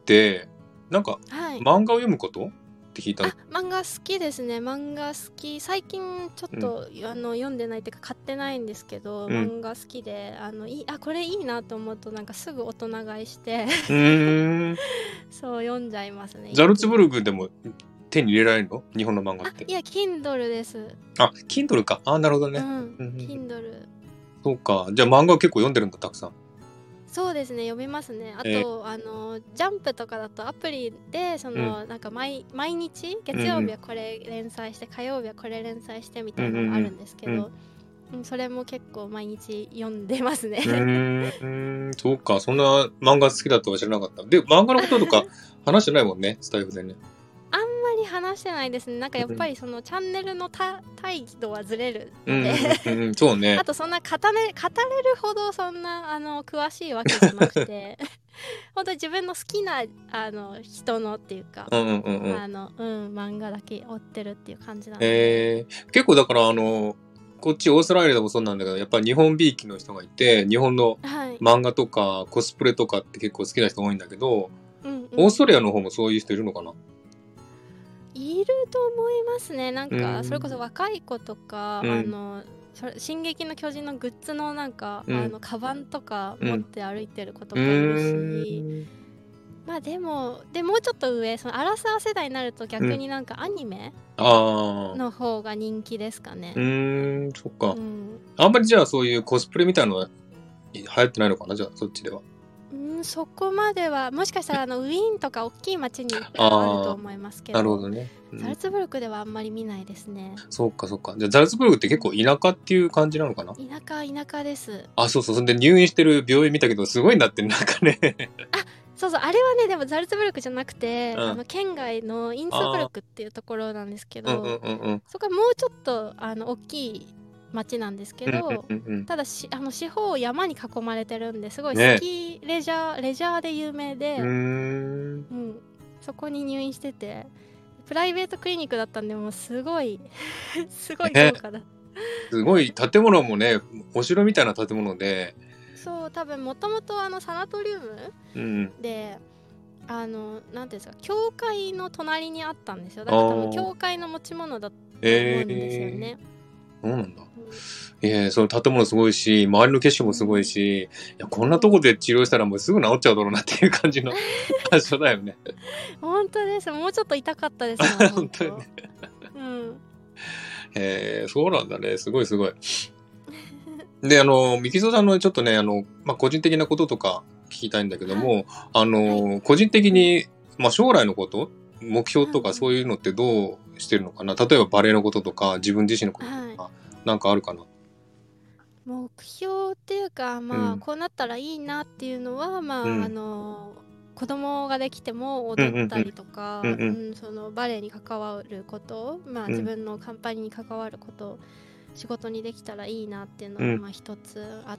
[SPEAKER 2] なんか
[SPEAKER 1] はい。
[SPEAKER 2] 漫画を読むことって聞いたん。
[SPEAKER 1] 漫画好きですね。漫画好き。最近ちょっ
[SPEAKER 2] うん。
[SPEAKER 1] と読んでないっていうか買ってないんですけど、
[SPEAKER 2] うん。
[SPEAKER 1] 漫画好きで、これいいなと思うとなんかすぐ大人買いして
[SPEAKER 2] うーん。
[SPEAKER 1] そう読んじゃいますね、一
[SPEAKER 2] ザルツブ
[SPEAKER 1] 気に。
[SPEAKER 2] ルグでも手に入れられるの？日本の漫画って。
[SPEAKER 1] いや、Kindle です。
[SPEAKER 2] あ、Kindle か。あ、なるほどね。
[SPEAKER 1] うん、
[SPEAKER 2] うんうんうん。
[SPEAKER 1] Kindle。
[SPEAKER 2] そうか。じゃあ漫画を結構読んでるんだ、たくさん。
[SPEAKER 1] そうですね、読みますね。あ
[SPEAKER 2] え
[SPEAKER 1] と、ジャンプとかだとアプリで、
[SPEAKER 2] うん。
[SPEAKER 1] なんか毎日、月曜日
[SPEAKER 2] うんうん。
[SPEAKER 1] はこれ連載して、火曜日はこれ連載してみ
[SPEAKER 2] うん
[SPEAKER 1] たいなのがある
[SPEAKER 2] うん
[SPEAKER 1] んですけ
[SPEAKER 2] うん。
[SPEAKER 1] ど、それも結構毎日読んでますね。
[SPEAKER 2] うん。うーん。そうか。そんな漫画好きだとは知らなかった。で、漫画のこととか話してないもんね、スタイフでね。
[SPEAKER 1] あんまり話してないですね。なんかやっ
[SPEAKER 2] うん。
[SPEAKER 1] ぱりそのチャンネルの帯度はずれるので
[SPEAKER 2] うんうんうんうん。そうね。
[SPEAKER 1] あとそんな語れるほどそんな詳しいわけじゃなくて本当に自分の好きな人のっていうか
[SPEAKER 2] うんうんうんうん。
[SPEAKER 1] 漫画だけ追ってるっていう感じなので。
[SPEAKER 2] 結構だからこっちオーストラリアでもそうなんだけど、やっぱり日本びいきの人がいて、日本の
[SPEAKER 1] はい。
[SPEAKER 2] 漫画とかコスプレとかって結構好きな人多いんだけど、
[SPEAKER 1] うんうん。
[SPEAKER 2] オーストラリアの方もそういう人いるのかな？
[SPEAKER 1] いると思いますね。なん
[SPEAKER 2] うー
[SPEAKER 1] かそれこそ
[SPEAKER 2] ん。
[SPEAKER 1] 若い子とか
[SPEAKER 2] うん。
[SPEAKER 1] 進撃の巨人のグッズのなんか
[SPEAKER 2] うん。
[SPEAKER 1] カバンとか
[SPEAKER 2] うん。
[SPEAKER 1] 持って歩いてる子と
[SPEAKER 2] う
[SPEAKER 1] かいる
[SPEAKER 2] ー
[SPEAKER 1] し、
[SPEAKER 2] ん。
[SPEAKER 1] まあもうちょっと上、そのアラサー世代になると
[SPEAKER 2] うん。
[SPEAKER 1] 逆になんかアニメ
[SPEAKER 2] ああ。
[SPEAKER 1] の方が人気ですか
[SPEAKER 2] う
[SPEAKER 1] ね。
[SPEAKER 2] ーん、そっか。
[SPEAKER 1] うん。
[SPEAKER 2] あんまりじゃあそういうコスプレみたいなのは流行ってないのかな？じゃあそっちでは。
[SPEAKER 1] そこまでは、もしかしたらウィーンとか大きい町にいっぱいあると
[SPEAKER 2] ああ、
[SPEAKER 1] 思いますけ
[SPEAKER 2] なるほ
[SPEAKER 1] ど、
[SPEAKER 2] どね。うん。
[SPEAKER 1] ザルツブルクではあんまり見ないですね。
[SPEAKER 2] そうかそうか。じゃあザルツブルクって結構
[SPEAKER 1] うん。
[SPEAKER 2] 田舎っていう感じなのかな？
[SPEAKER 1] 田舎です。
[SPEAKER 2] あ、そうそう。そんで入院してる病院見たけど、すごいんだって、なんかね。
[SPEAKER 1] そうそう、あれはね、でもザルツブルクじゃなくて、
[SPEAKER 2] うん。
[SPEAKER 1] 県外のインスブル
[SPEAKER 2] ああ、
[SPEAKER 1] クっていうところなんですけ
[SPEAKER 2] うんうん
[SPEAKER 1] ど、
[SPEAKER 2] うんうん。
[SPEAKER 1] そこはもうちょっと、大きい町なんですけ
[SPEAKER 2] うんうん
[SPEAKER 1] ど、
[SPEAKER 2] うんうん。
[SPEAKER 1] ただ四方を山に囲まれてるんですごいス
[SPEAKER 2] ね。
[SPEAKER 1] キーレジャーで有名
[SPEAKER 2] うー
[SPEAKER 1] で、
[SPEAKER 2] ん。
[SPEAKER 1] うん、そこに入院してて、プライベートクリニックだったんで、もうすごいすごい
[SPEAKER 2] ね。
[SPEAKER 1] 豪華だ。
[SPEAKER 2] すごい建物もね、お城みたいな建物で、
[SPEAKER 1] そう、多分もともとサナトリウム
[SPEAKER 2] うん。
[SPEAKER 1] で、なんていうんですか、教会の隣にあったんですよ。だ
[SPEAKER 2] あ
[SPEAKER 1] から多分
[SPEAKER 2] あ、
[SPEAKER 1] 教会の持ち物だと思
[SPEAKER 2] え
[SPEAKER 1] うんですよ
[SPEAKER 2] え、
[SPEAKER 1] ね。
[SPEAKER 2] そうなんだ。
[SPEAKER 1] うん。
[SPEAKER 2] その建物すごいし、周りの景色もすごい
[SPEAKER 1] うん、
[SPEAKER 2] し、いや、こんなとこ
[SPEAKER 1] そう。
[SPEAKER 2] で治療したらもうすぐ治っちゃうだろうなっていう感じの場所だよね。
[SPEAKER 1] 本当です。もうちょっと痛かったですもん、
[SPEAKER 2] 本
[SPEAKER 1] 本当。
[SPEAKER 2] 当にね。
[SPEAKER 1] うん。
[SPEAKER 2] そうなんだね。すごいすごい。で、ミキゾさんのちょっとね、個人的なこととか聞きたいんだけど
[SPEAKER 1] はい。
[SPEAKER 2] も、
[SPEAKER 1] はい。
[SPEAKER 2] 個人的
[SPEAKER 1] うん。
[SPEAKER 2] に、将来のこと、目標とか
[SPEAKER 1] うんうん。
[SPEAKER 2] そういうのってどうしてるのかな？例えばバレエのこととか、自分自身のこと
[SPEAKER 1] はい。
[SPEAKER 2] とか、なんかあるかな？
[SPEAKER 1] 目標っていうか、まあ、
[SPEAKER 2] うん。
[SPEAKER 1] こうなったらいいなっていうのは、まあ、
[SPEAKER 2] うん。
[SPEAKER 1] 子供ができても
[SPEAKER 2] うん
[SPEAKER 1] 踊ったり
[SPEAKER 2] うんうん。
[SPEAKER 1] とか、
[SPEAKER 2] うんうん。
[SPEAKER 1] そのバレエに関わること、まあ、自
[SPEAKER 2] うん。
[SPEAKER 1] 分のカンパニーに関わること、仕事にできたらいいなっていうのが、
[SPEAKER 2] うん。
[SPEAKER 1] まあ、一つあって、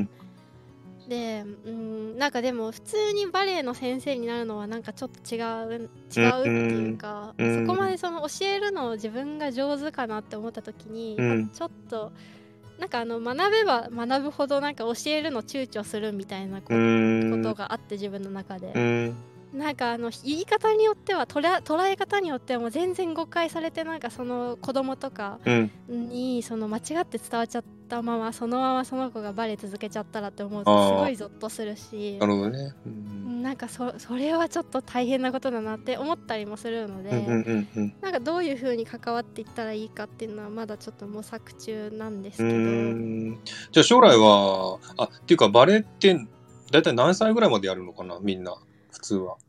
[SPEAKER 2] うんうん。
[SPEAKER 1] で、なんかでも普通にバレエの先生になるのはなんかちょっと
[SPEAKER 2] うん。
[SPEAKER 1] 違うっていう
[SPEAKER 2] うん。
[SPEAKER 1] か、
[SPEAKER 2] う
[SPEAKER 1] そこまで
[SPEAKER 2] ん。
[SPEAKER 1] その教えるのを自分が上手かなって思った時に、
[SPEAKER 2] うん。
[SPEAKER 1] ちょっとなんか学べば学ぶほどなんか教えるの躊躇するみたいなことがあって自分の中で。なんか言い方によっては捉え方によってはもう全然誤解されて、なんかその子供とかにその間違って伝わっちゃったままその子がバレエ続けちゃったらって思うとすごいゾッとするし、
[SPEAKER 2] なるほどね。
[SPEAKER 1] なんかそれはちょっと大変なことだなって思ったりもするので、なんかどういう風に関わっていったらいいかっていうのはまだちょっと模索中なんですけど。
[SPEAKER 2] じゃあ将来はっていうかバレエってだいたい何歳ぐらいまでやるのかな、みんな普通は。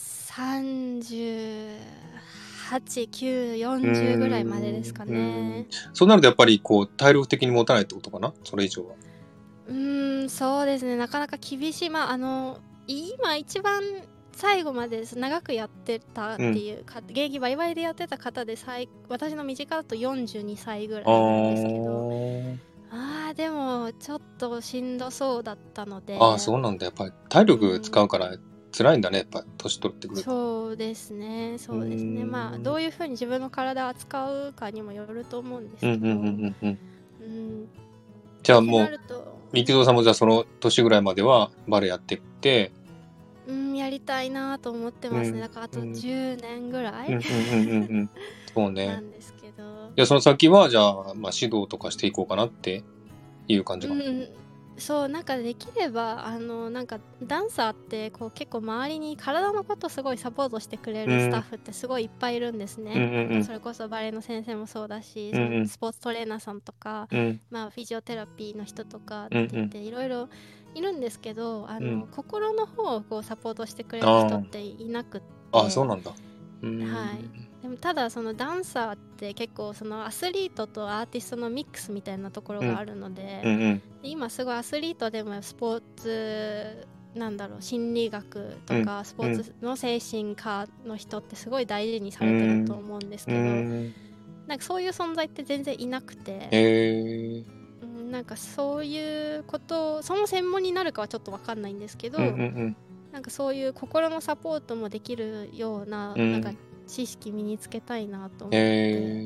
[SPEAKER 1] 38、9、40ぐらいまでですかね。
[SPEAKER 2] そうなるとやっぱりこう体力的に持たないってことかな、それ以上は。
[SPEAKER 1] そうですね、なかなか厳しい。まあ今一番最後まで長くやってたっていうか、現役バリバリでやってた方で私の身近だと42歳ぐらいなんですけど、でもちょっとしんどそうだったので。
[SPEAKER 2] そうなんだ。やっぱり体力使うから辛いんだね、やっぱ年取ってくると。
[SPEAKER 1] そうですね。まあどういうふうに自分の体を扱うかにもよると思うんですけど、
[SPEAKER 2] じゃあもうみきぞうさんもじゃあその年ぐらいまではバレエやってって、
[SPEAKER 1] やりたいなと思ってますね。だからあと10年ぐらい
[SPEAKER 2] そうね。
[SPEAKER 1] なんですけど。
[SPEAKER 2] じゃあその先はじゃあ、指導とかしていこうかなっていう感じかな。
[SPEAKER 1] そう、なんかできればなんかダンサーってこう結構周りに体のことすごいサポートしてくれるスタッフってすごいいっぱいいるんですね。それこそバレエの先生もそうだし、そのスポーツトレーナーさんとか、フィジオテラピーの人とかって言っていろいろいるんですけど、心の方をこうサポートしてくれる人っていなくって。
[SPEAKER 2] そうなんだ。
[SPEAKER 1] でもただそのダンサーって結構そのアスリートとアーティストのミックスみたいなところがあるので、今すごいアスリートでもスポーツ心理学とかスポーツの精神科の人ってすごい大事にされてると思うんですけど、なんかそういう存在って全然いなくて、なんかそういうことその専門になるかはちょっと分かんないんですけど、なんかそういう心のサポートもできるような、なんか知識身につけたいなと思って。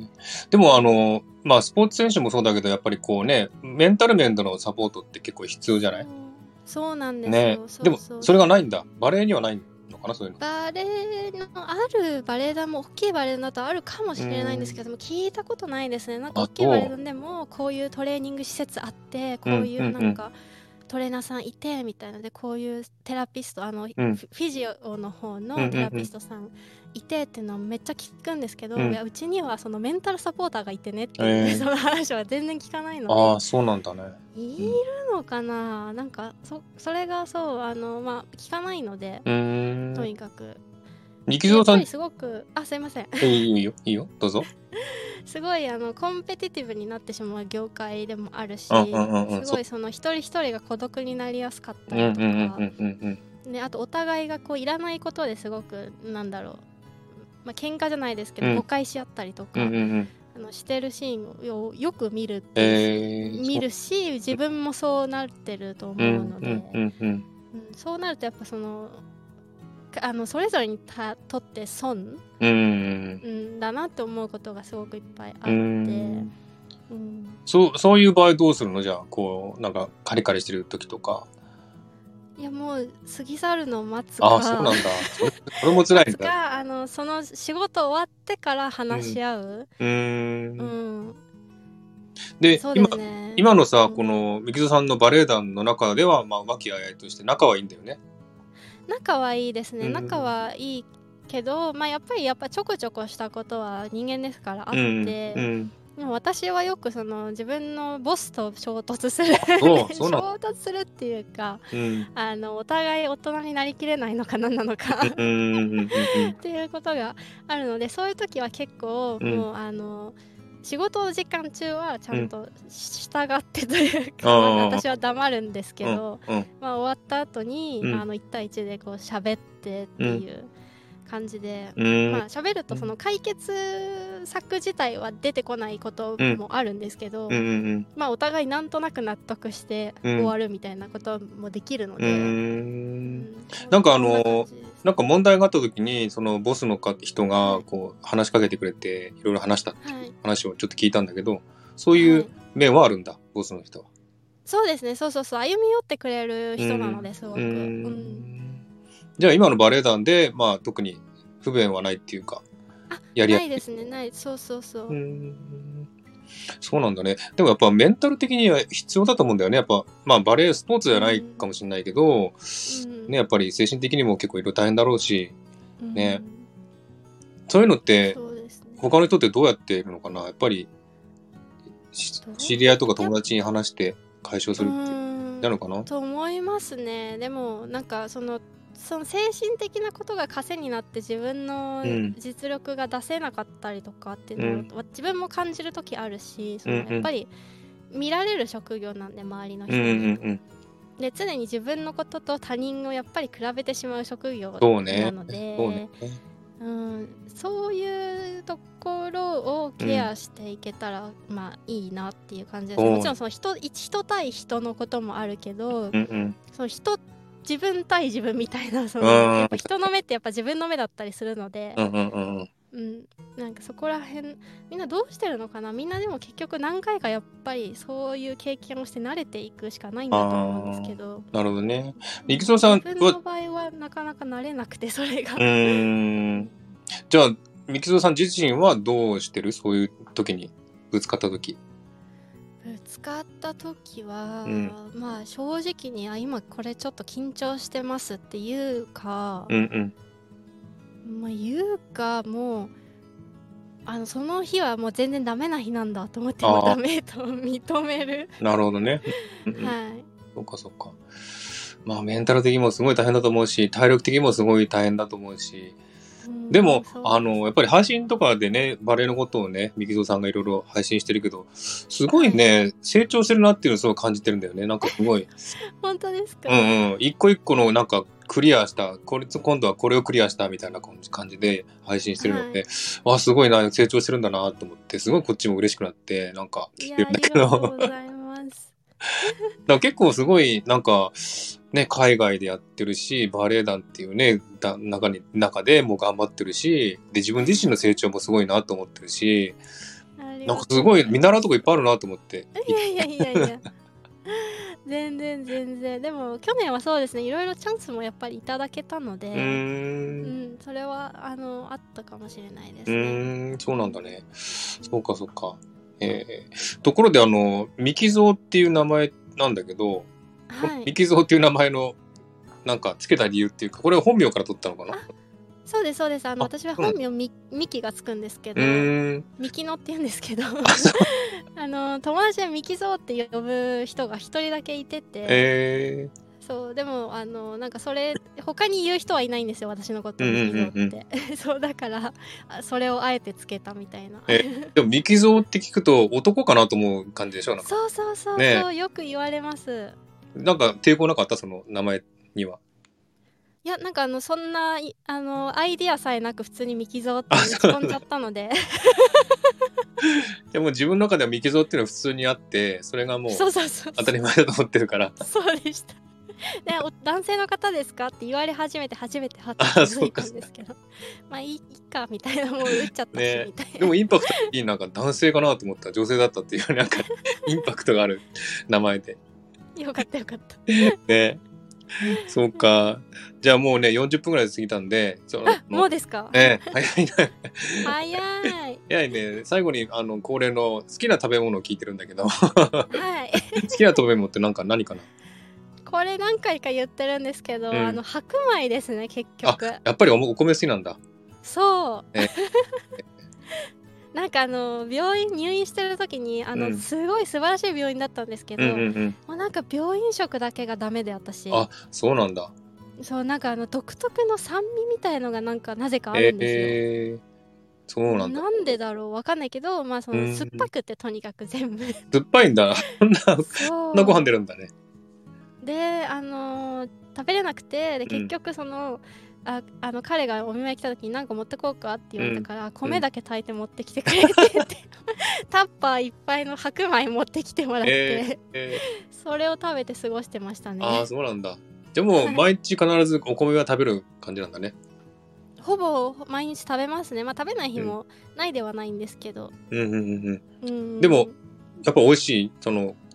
[SPEAKER 2] でもスポーツ選手もそうだけどやっぱりこうね、メンタル面でのサポートって結構必要じゃない？
[SPEAKER 1] そうなんですよ。
[SPEAKER 2] でもそれがないんだ。バレエにはないのかな、そういうの。
[SPEAKER 1] バレエのバレエ団も大きいバレエ団だとあるかもしれないんですけども、聞いたことないですね。なんか大きいバレエ団でもこういうトレーニング施設あって、こういうなんかトレーナーさんいてみたいなので、こういうテラピストフィジオの方のテラピストさんいてっていうのはめっちゃ聞くんですけど、いやうちにはそのメンタルサポーターがいてねっていう、その話は全然聞かないので。
[SPEAKER 2] そうなんだね。
[SPEAKER 1] いるのかな、なんかそれがそう聞かないので、とにかく
[SPEAKER 2] 力蔵さん
[SPEAKER 1] すごくすいません
[SPEAKER 2] いいよどうぞ。
[SPEAKER 1] すごいコンペティティブになってしまう業界でもあるし、すごいその一人一人が孤独になりやすかったりとかで、あとお互いがこういらないことですごく喧嘩じゃないですけど、誤解し合ったりとかしてるシーンをよく見るし、自分もそうなってると思うので、そうなるとやっぱそれぞれにとって損だなって思うことがすごくいっぱいあって、
[SPEAKER 2] そういう場合どうするの？じゃあこうなんかカリカリしてる時とか。
[SPEAKER 1] いやもう過ぎ去るのを待つか。
[SPEAKER 2] そうなんだ。それも辛いん
[SPEAKER 1] だ。その仕事終わってから話し合う。
[SPEAKER 2] で、今のさ、このみきぞさんのバレエ団の中では和気あいあいとして仲はいいんだよね。
[SPEAKER 1] 仲はいいですね。仲はいいけど、やっぱちょこちょこしたことは人間ですからあって、でも私はよくその自分のボスと衝突する衝突するっていうか、お互い大人になりきれないのか何なのかっていうことがあるので、そういう時は結構もう仕事の時間中はちゃんと従ってというか、私は黙るんですけど、終わった後に1対1でこう喋ってっていう感じで、喋るとその解決策自体は出てこないこともあるんですけど、お互いなんとなく納得して終わるみたいなこともできるので、
[SPEAKER 2] なんか問題があった時にそのボスの人がこう話しかけてくれていろいろ話したっていう話をちょっと聞いたんだけど、そういう面はあるんだ。 ボスの人は。
[SPEAKER 1] そうですね、そうそうそう、歩み寄ってくれる人なのですごく。
[SPEAKER 2] じゃあ今のバレエ団で、まあ特に不便はないっていうか、
[SPEAKER 1] やりやすい。ないですね、ない。そうそうそう。
[SPEAKER 2] そうなんだね。でもやっぱメンタル的には必要だと思うんだよね。やっぱ、まあバレエスポーツじゃないかもしれないけど、ね、やっぱり精神的にも結構いろいろ大変だろうし、ね。そういうのって、他の人ってどうやっているのかな。やっぱり、知り合いとか友達に話して解消するってなのかな
[SPEAKER 1] と思いますね。でもなんかその精神的なことが枷になって自分の実力が出せなかったりとかっていうのを、自分も感じる時あるし、やっぱり見られる職業なんで周りの人に、で常に自分のことと他人をやっぱり比べてしまう職業なので、そういうところをケアしていけたら、まあいいなっていう感じです。もちろんその人対人のこともあるけど、その自分対自分みたいな、やっぱ人の目ってやっぱ自分の目だったりするので、なんかそこら辺みんなどうしてるのかな。みんなでも結局何回かやっぱりそういう経験をして慣れていくしかないんだと思うんですけど。
[SPEAKER 2] なるほどね。育三さんは
[SPEAKER 1] 自分の場合はなかなか慣れなくて、それが
[SPEAKER 2] じゃあ育三さん自身はどうしてる？そういう時にぶつかった時
[SPEAKER 1] は、まあ正直に今これちょっと緊張してますっていうか、まあ言うか、もうその日はもう全然ダメな日なんだと思って、もうダメと認める。
[SPEAKER 2] なるほどね。はい。そっか。まあメンタル的にもすごい大変だと思うし、体力的にもすごい大変だと思うし。でも、やっぱり配信とかでね、バレエのことをね、みきぞうさんがいろいろ配信してるけど、すごいね、成長してるなっていうのをすごい感じてるんだよね。なんかすごい。
[SPEAKER 1] 本当ですか？
[SPEAKER 2] 一個一個のなんかクリアした、今度はこれをクリアしたみたいな感じで配信してるので、すごいな、成長してるんだなと思って、すごいこっちも嬉しくなって、なんか聞いてるんだけど。
[SPEAKER 1] ありがとうございます。
[SPEAKER 2] だ結構すごい、なんか、ね、海外でやってるし、バレエ団っていうね、中でもう頑張ってるし、で、自分自身の成長もすごいなと思ってるし、なんかすごい見習うとこいっぱいあるなと思って。
[SPEAKER 1] いや。全然。でも去年はそうですね、いろいろチャンスもやっぱりいただけたので、それはあったかもしれないですね。
[SPEAKER 2] そうなんだね。そうか。ところでミキゾーっていう名前なんだけど、ミキゾーっていう名前のなんかつけた理由っていうか、これは本名から取ったのかな？
[SPEAKER 1] そうです。私は本名ミキがつくんですけど、ミキノって言うんですけど友達でミキゾーって呼ぶ人が一人だけいてて、そうでもなんかそれ他に言う人はいないんですよ、私のことをミキゾーってそうだからそれをあえてつけたみたいな
[SPEAKER 2] でもミキゾーって聞くと男かなと思う感じでしょ？
[SPEAKER 1] そう、ね、よく言われます。
[SPEAKER 2] なんか抵抗なかった？その名前には。
[SPEAKER 1] いや、なんかそんなアイディアさえなく普通にミキゾーって打ち込んじゃったので
[SPEAKER 2] でも自分の中ではミキゾーっていうのは普通にあって、それがもう当たり前だと思ってるから。
[SPEAKER 1] そうでしたで、男性の方ですかって言われ初めてはって気づいたんですけどまあいいかみたいな、もう打っちゃったしみたいな、
[SPEAKER 2] でもインパクトいい、なんか男性かなと思ったら女性だったっていうなんかインパクトがある名前で
[SPEAKER 1] よかった
[SPEAKER 2] ね。そうか。じゃあもうね、40分ぐらい過ぎたんで。
[SPEAKER 1] もうですか？
[SPEAKER 2] 早いな。
[SPEAKER 1] 早
[SPEAKER 2] いね。最後に恒例の好きな食べ物を聞いてるんだけど。
[SPEAKER 1] 好
[SPEAKER 2] きな食べ物って何かな？
[SPEAKER 1] これ何回か言ってるんですけど、白米ですね、結局。
[SPEAKER 2] やっぱりお米好きなんだ。
[SPEAKER 1] そう。なんか病院入院してる時にすごい素晴らしい病院だったんですけど、もうなんか病院食だけがダメで、私。
[SPEAKER 2] そうなんだ。
[SPEAKER 1] そうなんか独特の酸味みたいのがなぜかあるんですよ。
[SPEAKER 2] そうなんだ。
[SPEAKER 1] なんでだろうわかんないけど、まあ酸っぱくてとにかく全部
[SPEAKER 2] 酸っぱいんだ。そんなご飯出るんだね。
[SPEAKER 1] で食べれなくて、で結局彼がお見舞い来た時に何か持ってこうかって言われたから、米だけ炊いて持ってきてくれてってタッパーいっぱいの白米持ってきてもらって、それを食べて過ごしてましたね。
[SPEAKER 2] そうなんだ。じゃあもう毎日必ずお米は食べる感じなんだね。
[SPEAKER 1] ほぼ毎日食べますね。まあ食べない日もないではないんですけど。
[SPEAKER 2] でもやっぱ美味しい、ち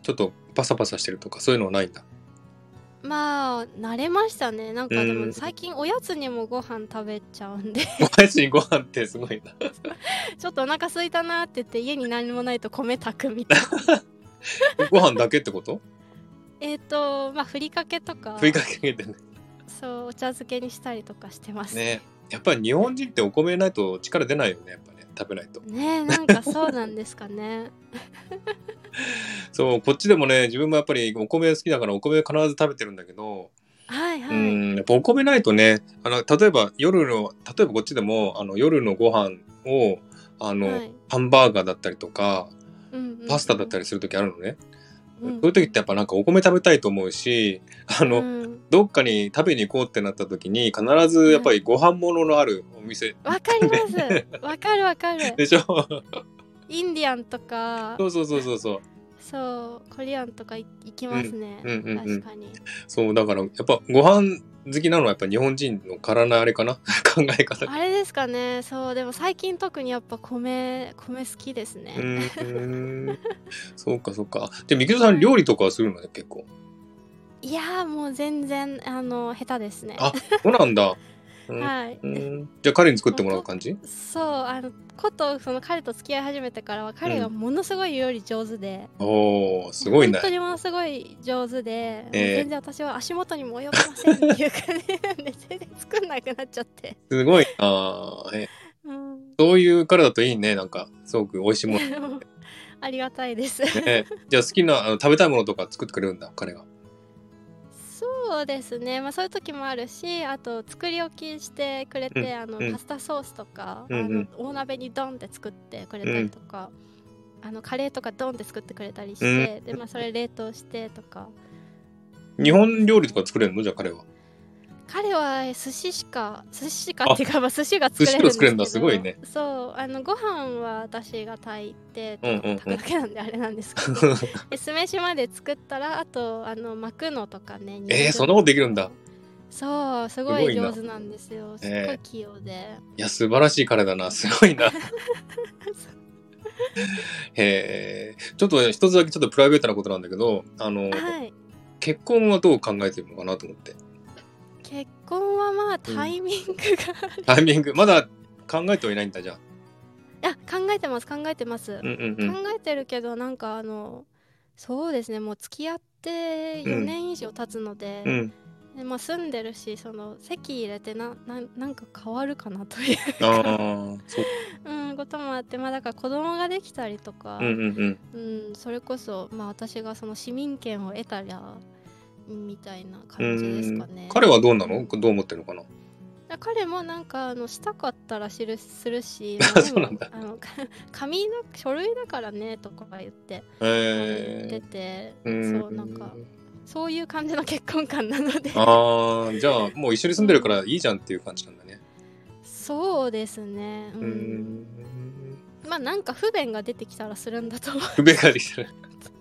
[SPEAKER 2] ちょっとパサパサしてるとかそういうのはないんだ。
[SPEAKER 1] まあ慣れましたね。なんかでも最近おやつにもご飯食べちゃうんで
[SPEAKER 2] おやつにご飯ってすごいな
[SPEAKER 1] ちょっとお腹空いたなって言って家に何もないと米炊くみたいな
[SPEAKER 2] ご飯だけってこと？
[SPEAKER 1] まあふりかけとか
[SPEAKER 2] ふりかけてね。
[SPEAKER 1] そうお茶漬けにしたりとかしてます
[SPEAKER 2] ね。やっぱり日本人ってお米ないと力出ないよね、やっぱね、食べないと。
[SPEAKER 1] ね。なんかそうなんですかね
[SPEAKER 2] そう、こっちでもね、自分もやっぱりお米好きだからお米必ず食べてるんだけど、
[SPEAKER 1] はいはい。
[SPEAKER 2] やっぱお米ないとね、例えばこっちでも夜のご飯を
[SPEAKER 1] はい、
[SPEAKER 2] ハンバーガーだったりとか
[SPEAKER 1] うんうんうん、
[SPEAKER 2] パスタだったりする時あるのね。
[SPEAKER 1] うん
[SPEAKER 2] そういう時ってやっぱなんかお米食べたいと思うし、
[SPEAKER 1] うん、
[SPEAKER 2] どっかに食べに行こうってなった時に必ずやっ
[SPEAKER 1] はい。
[SPEAKER 2] ぱりご飯物のあるお店
[SPEAKER 1] わかります。わかるわかる。
[SPEAKER 2] でしょ
[SPEAKER 1] インディアンとか、
[SPEAKER 2] そうそうそうそうそう。
[SPEAKER 1] そう、コリアンとか行き
[SPEAKER 2] うん
[SPEAKER 1] ますね。
[SPEAKER 2] うんうんうん。
[SPEAKER 1] 確かに。
[SPEAKER 2] そうだからやっぱご飯好きなのはやっぱ日本人の殻のあれかな考え方。
[SPEAKER 1] あれですかね。そう、でも最近特にやっぱ米好きです
[SPEAKER 2] う
[SPEAKER 1] ね。
[SPEAKER 2] ーん。そうかそうか。で、みきぞさん
[SPEAKER 1] はい。
[SPEAKER 2] 料理とかはするのね、結構。
[SPEAKER 1] いやー、もう全然、下手ですね。
[SPEAKER 2] あ、そうなんだ。うん。
[SPEAKER 1] はい。
[SPEAKER 2] じゃあ彼に作ってもらう
[SPEAKER 1] もう
[SPEAKER 2] 感じ？
[SPEAKER 1] そう、その彼と付き合い始めてからは、彼が
[SPEAKER 2] うん。
[SPEAKER 1] ものすごい料理上手で、
[SPEAKER 2] おー、すごいね。
[SPEAKER 1] 本当にものすごい上手で、もう全
[SPEAKER 2] え
[SPEAKER 1] 然私は足元にも及びませんっていう感じなんで、全然作んなくなっちゃって。
[SPEAKER 2] すごいな
[SPEAKER 1] うん。
[SPEAKER 2] そういう彼だといいね。なんか、すごく美味しいも
[SPEAKER 1] ありがたいです。
[SPEAKER 2] のね。じゃあ好きな、食べたいものとか作ってくれるんだ、彼が。
[SPEAKER 1] そうですね。まあそういう時もあるし、あと作り置きしてくれ
[SPEAKER 2] うん、
[SPEAKER 1] て、
[SPEAKER 2] うん、
[SPEAKER 1] パスタソースとか、
[SPEAKER 2] うん、
[SPEAKER 1] 大鍋にドンって作ってくれ
[SPEAKER 2] うん、うん。
[SPEAKER 1] たりとか、カレーとかドンって作ってくれたり
[SPEAKER 2] うん。
[SPEAKER 1] して、で、まあそれ冷凍してとか、
[SPEAKER 2] 日本料理とか作れるのじゃあ彼は。
[SPEAKER 1] 彼は寿司かっ
[SPEAKER 2] あ、
[SPEAKER 1] ていうか、まあ、寿司が
[SPEAKER 2] 寿
[SPEAKER 1] 作れるんで
[SPEAKER 2] 司を作れるんだ。
[SPEAKER 1] すけど、
[SPEAKER 2] すごいね。
[SPEAKER 1] そう、ご飯は私が炊いて
[SPEAKER 2] うん、
[SPEAKER 1] とか、まあ、
[SPEAKER 2] うん、うん。
[SPEAKER 1] 炊くだけなんであれなんですけど、で酢飯まで作ったら、あと、巻くのとかね、握
[SPEAKER 2] そんなこと
[SPEAKER 1] るのと
[SPEAKER 2] できるんだ。
[SPEAKER 1] か、そう、すごい
[SPEAKER 2] すごいな。
[SPEAKER 1] 上手なんですよ。すっごい器用で。
[SPEAKER 2] いや、素晴らしい彼だな。すごいな。ちょっとね一つだけちょっとプライベートなことなんだけど、
[SPEAKER 1] はい。
[SPEAKER 2] 結婚はどう考えてるのかなと思って。
[SPEAKER 1] 結婚はまあ
[SPEAKER 2] うん。
[SPEAKER 1] タイミングがある。
[SPEAKER 2] タイミング、まだ考えてはいないんだ、じゃあ。
[SPEAKER 1] いや、考えてます、考えてます。
[SPEAKER 2] うんうんう
[SPEAKER 1] 考
[SPEAKER 2] ん。
[SPEAKER 1] えてるけど、なんかそうですね、もう付き合って4
[SPEAKER 2] うん。
[SPEAKER 1] 年以上経つので、
[SPEAKER 2] うん。
[SPEAKER 1] でまあ、住んでるし、その籍入れてなんか変わるかなという
[SPEAKER 2] あ
[SPEAKER 1] か
[SPEAKER 2] あ、そう。
[SPEAKER 1] こともあって、まあだから子供ができたりと
[SPEAKER 2] うん
[SPEAKER 1] か、
[SPEAKER 2] うんうん。
[SPEAKER 1] それこそ、まあ私がその市民権を得たりゃ、みたいな
[SPEAKER 2] う
[SPEAKER 1] 感じです
[SPEAKER 2] ーん。
[SPEAKER 1] かね。
[SPEAKER 2] 彼はどうなの？
[SPEAKER 1] うん。
[SPEAKER 2] どう思ってるのかな？
[SPEAKER 1] 彼もなんかしたかったらするし、まあ
[SPEAKER 2] あ、
[SPEAKER 1] でも
[SPEAKER 2] そうなんだ。
[SPEAKER 1] 書類だからねとか言って言って
[SPEAKER 2] え
[SPEAKER 1] て、
[SPEAKER 2] うー
[SPEAKER 1] そうなんか
[SPEAKER 2] ん。
[SPEAKER 1] そういう感じの結婚観なので
[SPEAKER 2] ああ、じゃあもう一緒に住んでるから
[SPEAKER 1] うん、
[SPEAKER 2] いいじゃんっていう感じなんだね。
[SPEAKER 1] そうですね。
[SPEAKER 2] うーん。
[SPEAKER 1] まあなんか不便が出てきたらするんだと思
[SPEAKER 2] 不便ができてる。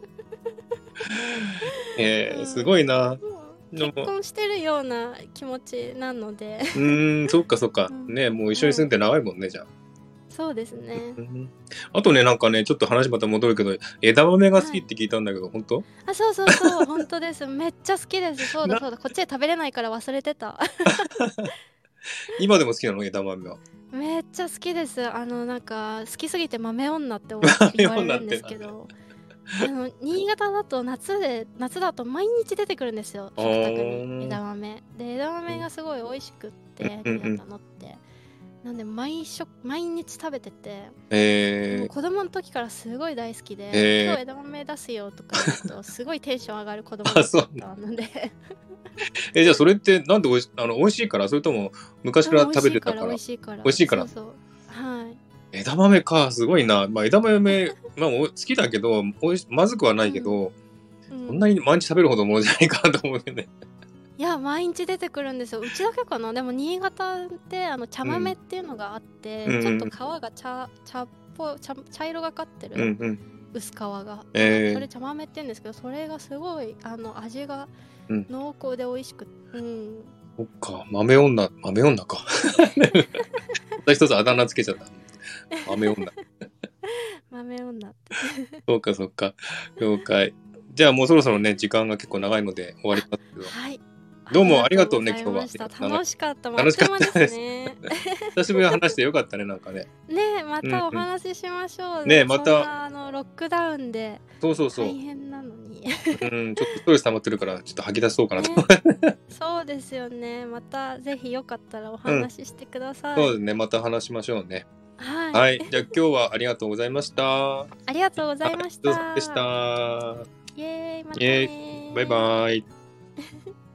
[SPEAKER 1] う。
[SPEAKER 2] すごいな。
[SPEAKER 1] もう結
[SPEAKER 2] でも、
[SPEAKER 1] 婚してるような気持ちなので
[SPEAKER 2] そっかそっか。
[SPEAKER 1] うん、
[SPEAKER 2] ね、もう一緒に
[SPEAKER 1] はい、
[SPEAKER 2] 住んで長いもんね、じゃあ。
[SPEAKER 1] そうですね。
[SPEAKER 2] あとね、なんかね、ちょっと話また戻るけど、枝豆が好
[SPEAKER 1] はい。
[SPEAKER 2] きって聞いたんだけど、本当？
[SPEAKER 1] あ、そうそうそう、本当です。めっちゃ好きです。そうだ
[SPEAKER 2] な、
[SPEAKER 1] そうだ、こっちで食べれないから忘れてた。
[SPEAKER 2] 今でも好きなの枝豆は。
[SPEAKER 1] めっちゃ好きです。なんか、好きすぎて豆女って言わ
[SPEAKER 2] ような
[SPEAKER 1] れるんで
[SPEAKER 2] ってなんで。
[SPEAKER 1] すけど、新潟だと夏だと毎日出てくるんですよ、
[SPEAKER 2] あ
[SPEAKER 1] 食卓に
[SPEAKER 2] ー。
[SPEAKER 1] 枝豆。で、枝豆がすごい美味しくって、
[SPEAKER 2] うんうん。
[SPEAKER 1] 新潟のって。なんで毎日食べてて、もう
[SPEAKER 2] え
[SPEAKER 1] 子供の時からすごい大好き
[SPEAKER 2] ー、
[SPEAKER 1] で、今
[SPEAKER 2] え
[SPEAKER 1] 日枝豆出すよとか言うと、すごいテンション上がる子供
[SPEAKER 2] あ、
[SPEAKER 1] だっ
[SPEAKER 2] そう。
[SPEAKER 1] たので
[SPEAKER 2] じゃあそれってなんで美味しいから、それとも昔から
[SPEAKER 1] 美味
[SPEAKER 2] 食べ
[SPEAKER 1] しいから美
[SPEAKER 2] てたから？
[SPEAKER 1] 味しいから。
[SPEAKER 2] 美味しいから。
[SPEAKER 1] そうそう。はい。
[SPEAKER 2] 枝豆か、すごいな。まあ枝豆、まあ好きだけど、まずくはないけ
[SPEAKER 1] うん。
[SPEAKER 2] ど、そんな
[SPEAKER 1] うん。
[SPEAKER 2] に毎日食べるほどのものじゃないかなと思うよね。
[SPEAKER 1] いや、毎日出てくるんですよ。うちだけかな。でも新潟って茶
[SPEAKER 2] うん。
[SPEAKER 1] 豆っていうのがあっ
[SPEAKER 2] う
[SPEAKER 1] て、ちょっと皮
[SPEAKER 2] ん。
[SPEAKER 1] が茶色がかってる
[SPEAKER 2] うんうん。
[SPEAKER 1] 薄皮が。だからそれ
[SPEAKER 2] え
[SPEAKER 1] 茶豆って言うんですけど、それがすごい味が
[SPEAKER 2] うん。
[SPEAKER 1] 濃厚で美味しく、うん。
[SPEAKER 2] そっか、豆女か。また一つあだ名つけちゃった。豆女。
[SPEAKER 1] 豆女って。
[SPEAKER 2] そうか、そうか。了解。 じゃあもうそろそろね、時間が結構長いので終わりますけど。
[SPEAKER 1] はい。
[SPEAKER 2] どうもありがとうね、今日は。
[SPEAKER 1] 楽しかった。楽しかったですね。
[SPEAKER 2] 久しぶりに話してよかったね、なんかね。
[SPEAKER 1] ね、またお話ししましょう
[SPEAKER 2] ね。また
[SPEAKER 1] ロックダウンで大変なのに。
[SPEAKER 2] ちょっとストレス溜まってるからちょっと吐き出そうかなと。
[SPEAKER 1] そうですよね。またぜひよかったらお話ししてください。
[SPEAKER 2] そうですね。また話しましょうね。
[SPEAKER 1] はい。
[SPEAKER 2] はい。じゃあ今日はありがとうございました。
[SPEAKER 1] ありがとうございました。
[SPEAKER 2] でした。
[SPEAKER 1] イエーイ、またね。
[SPEAKER 2] バイバイ。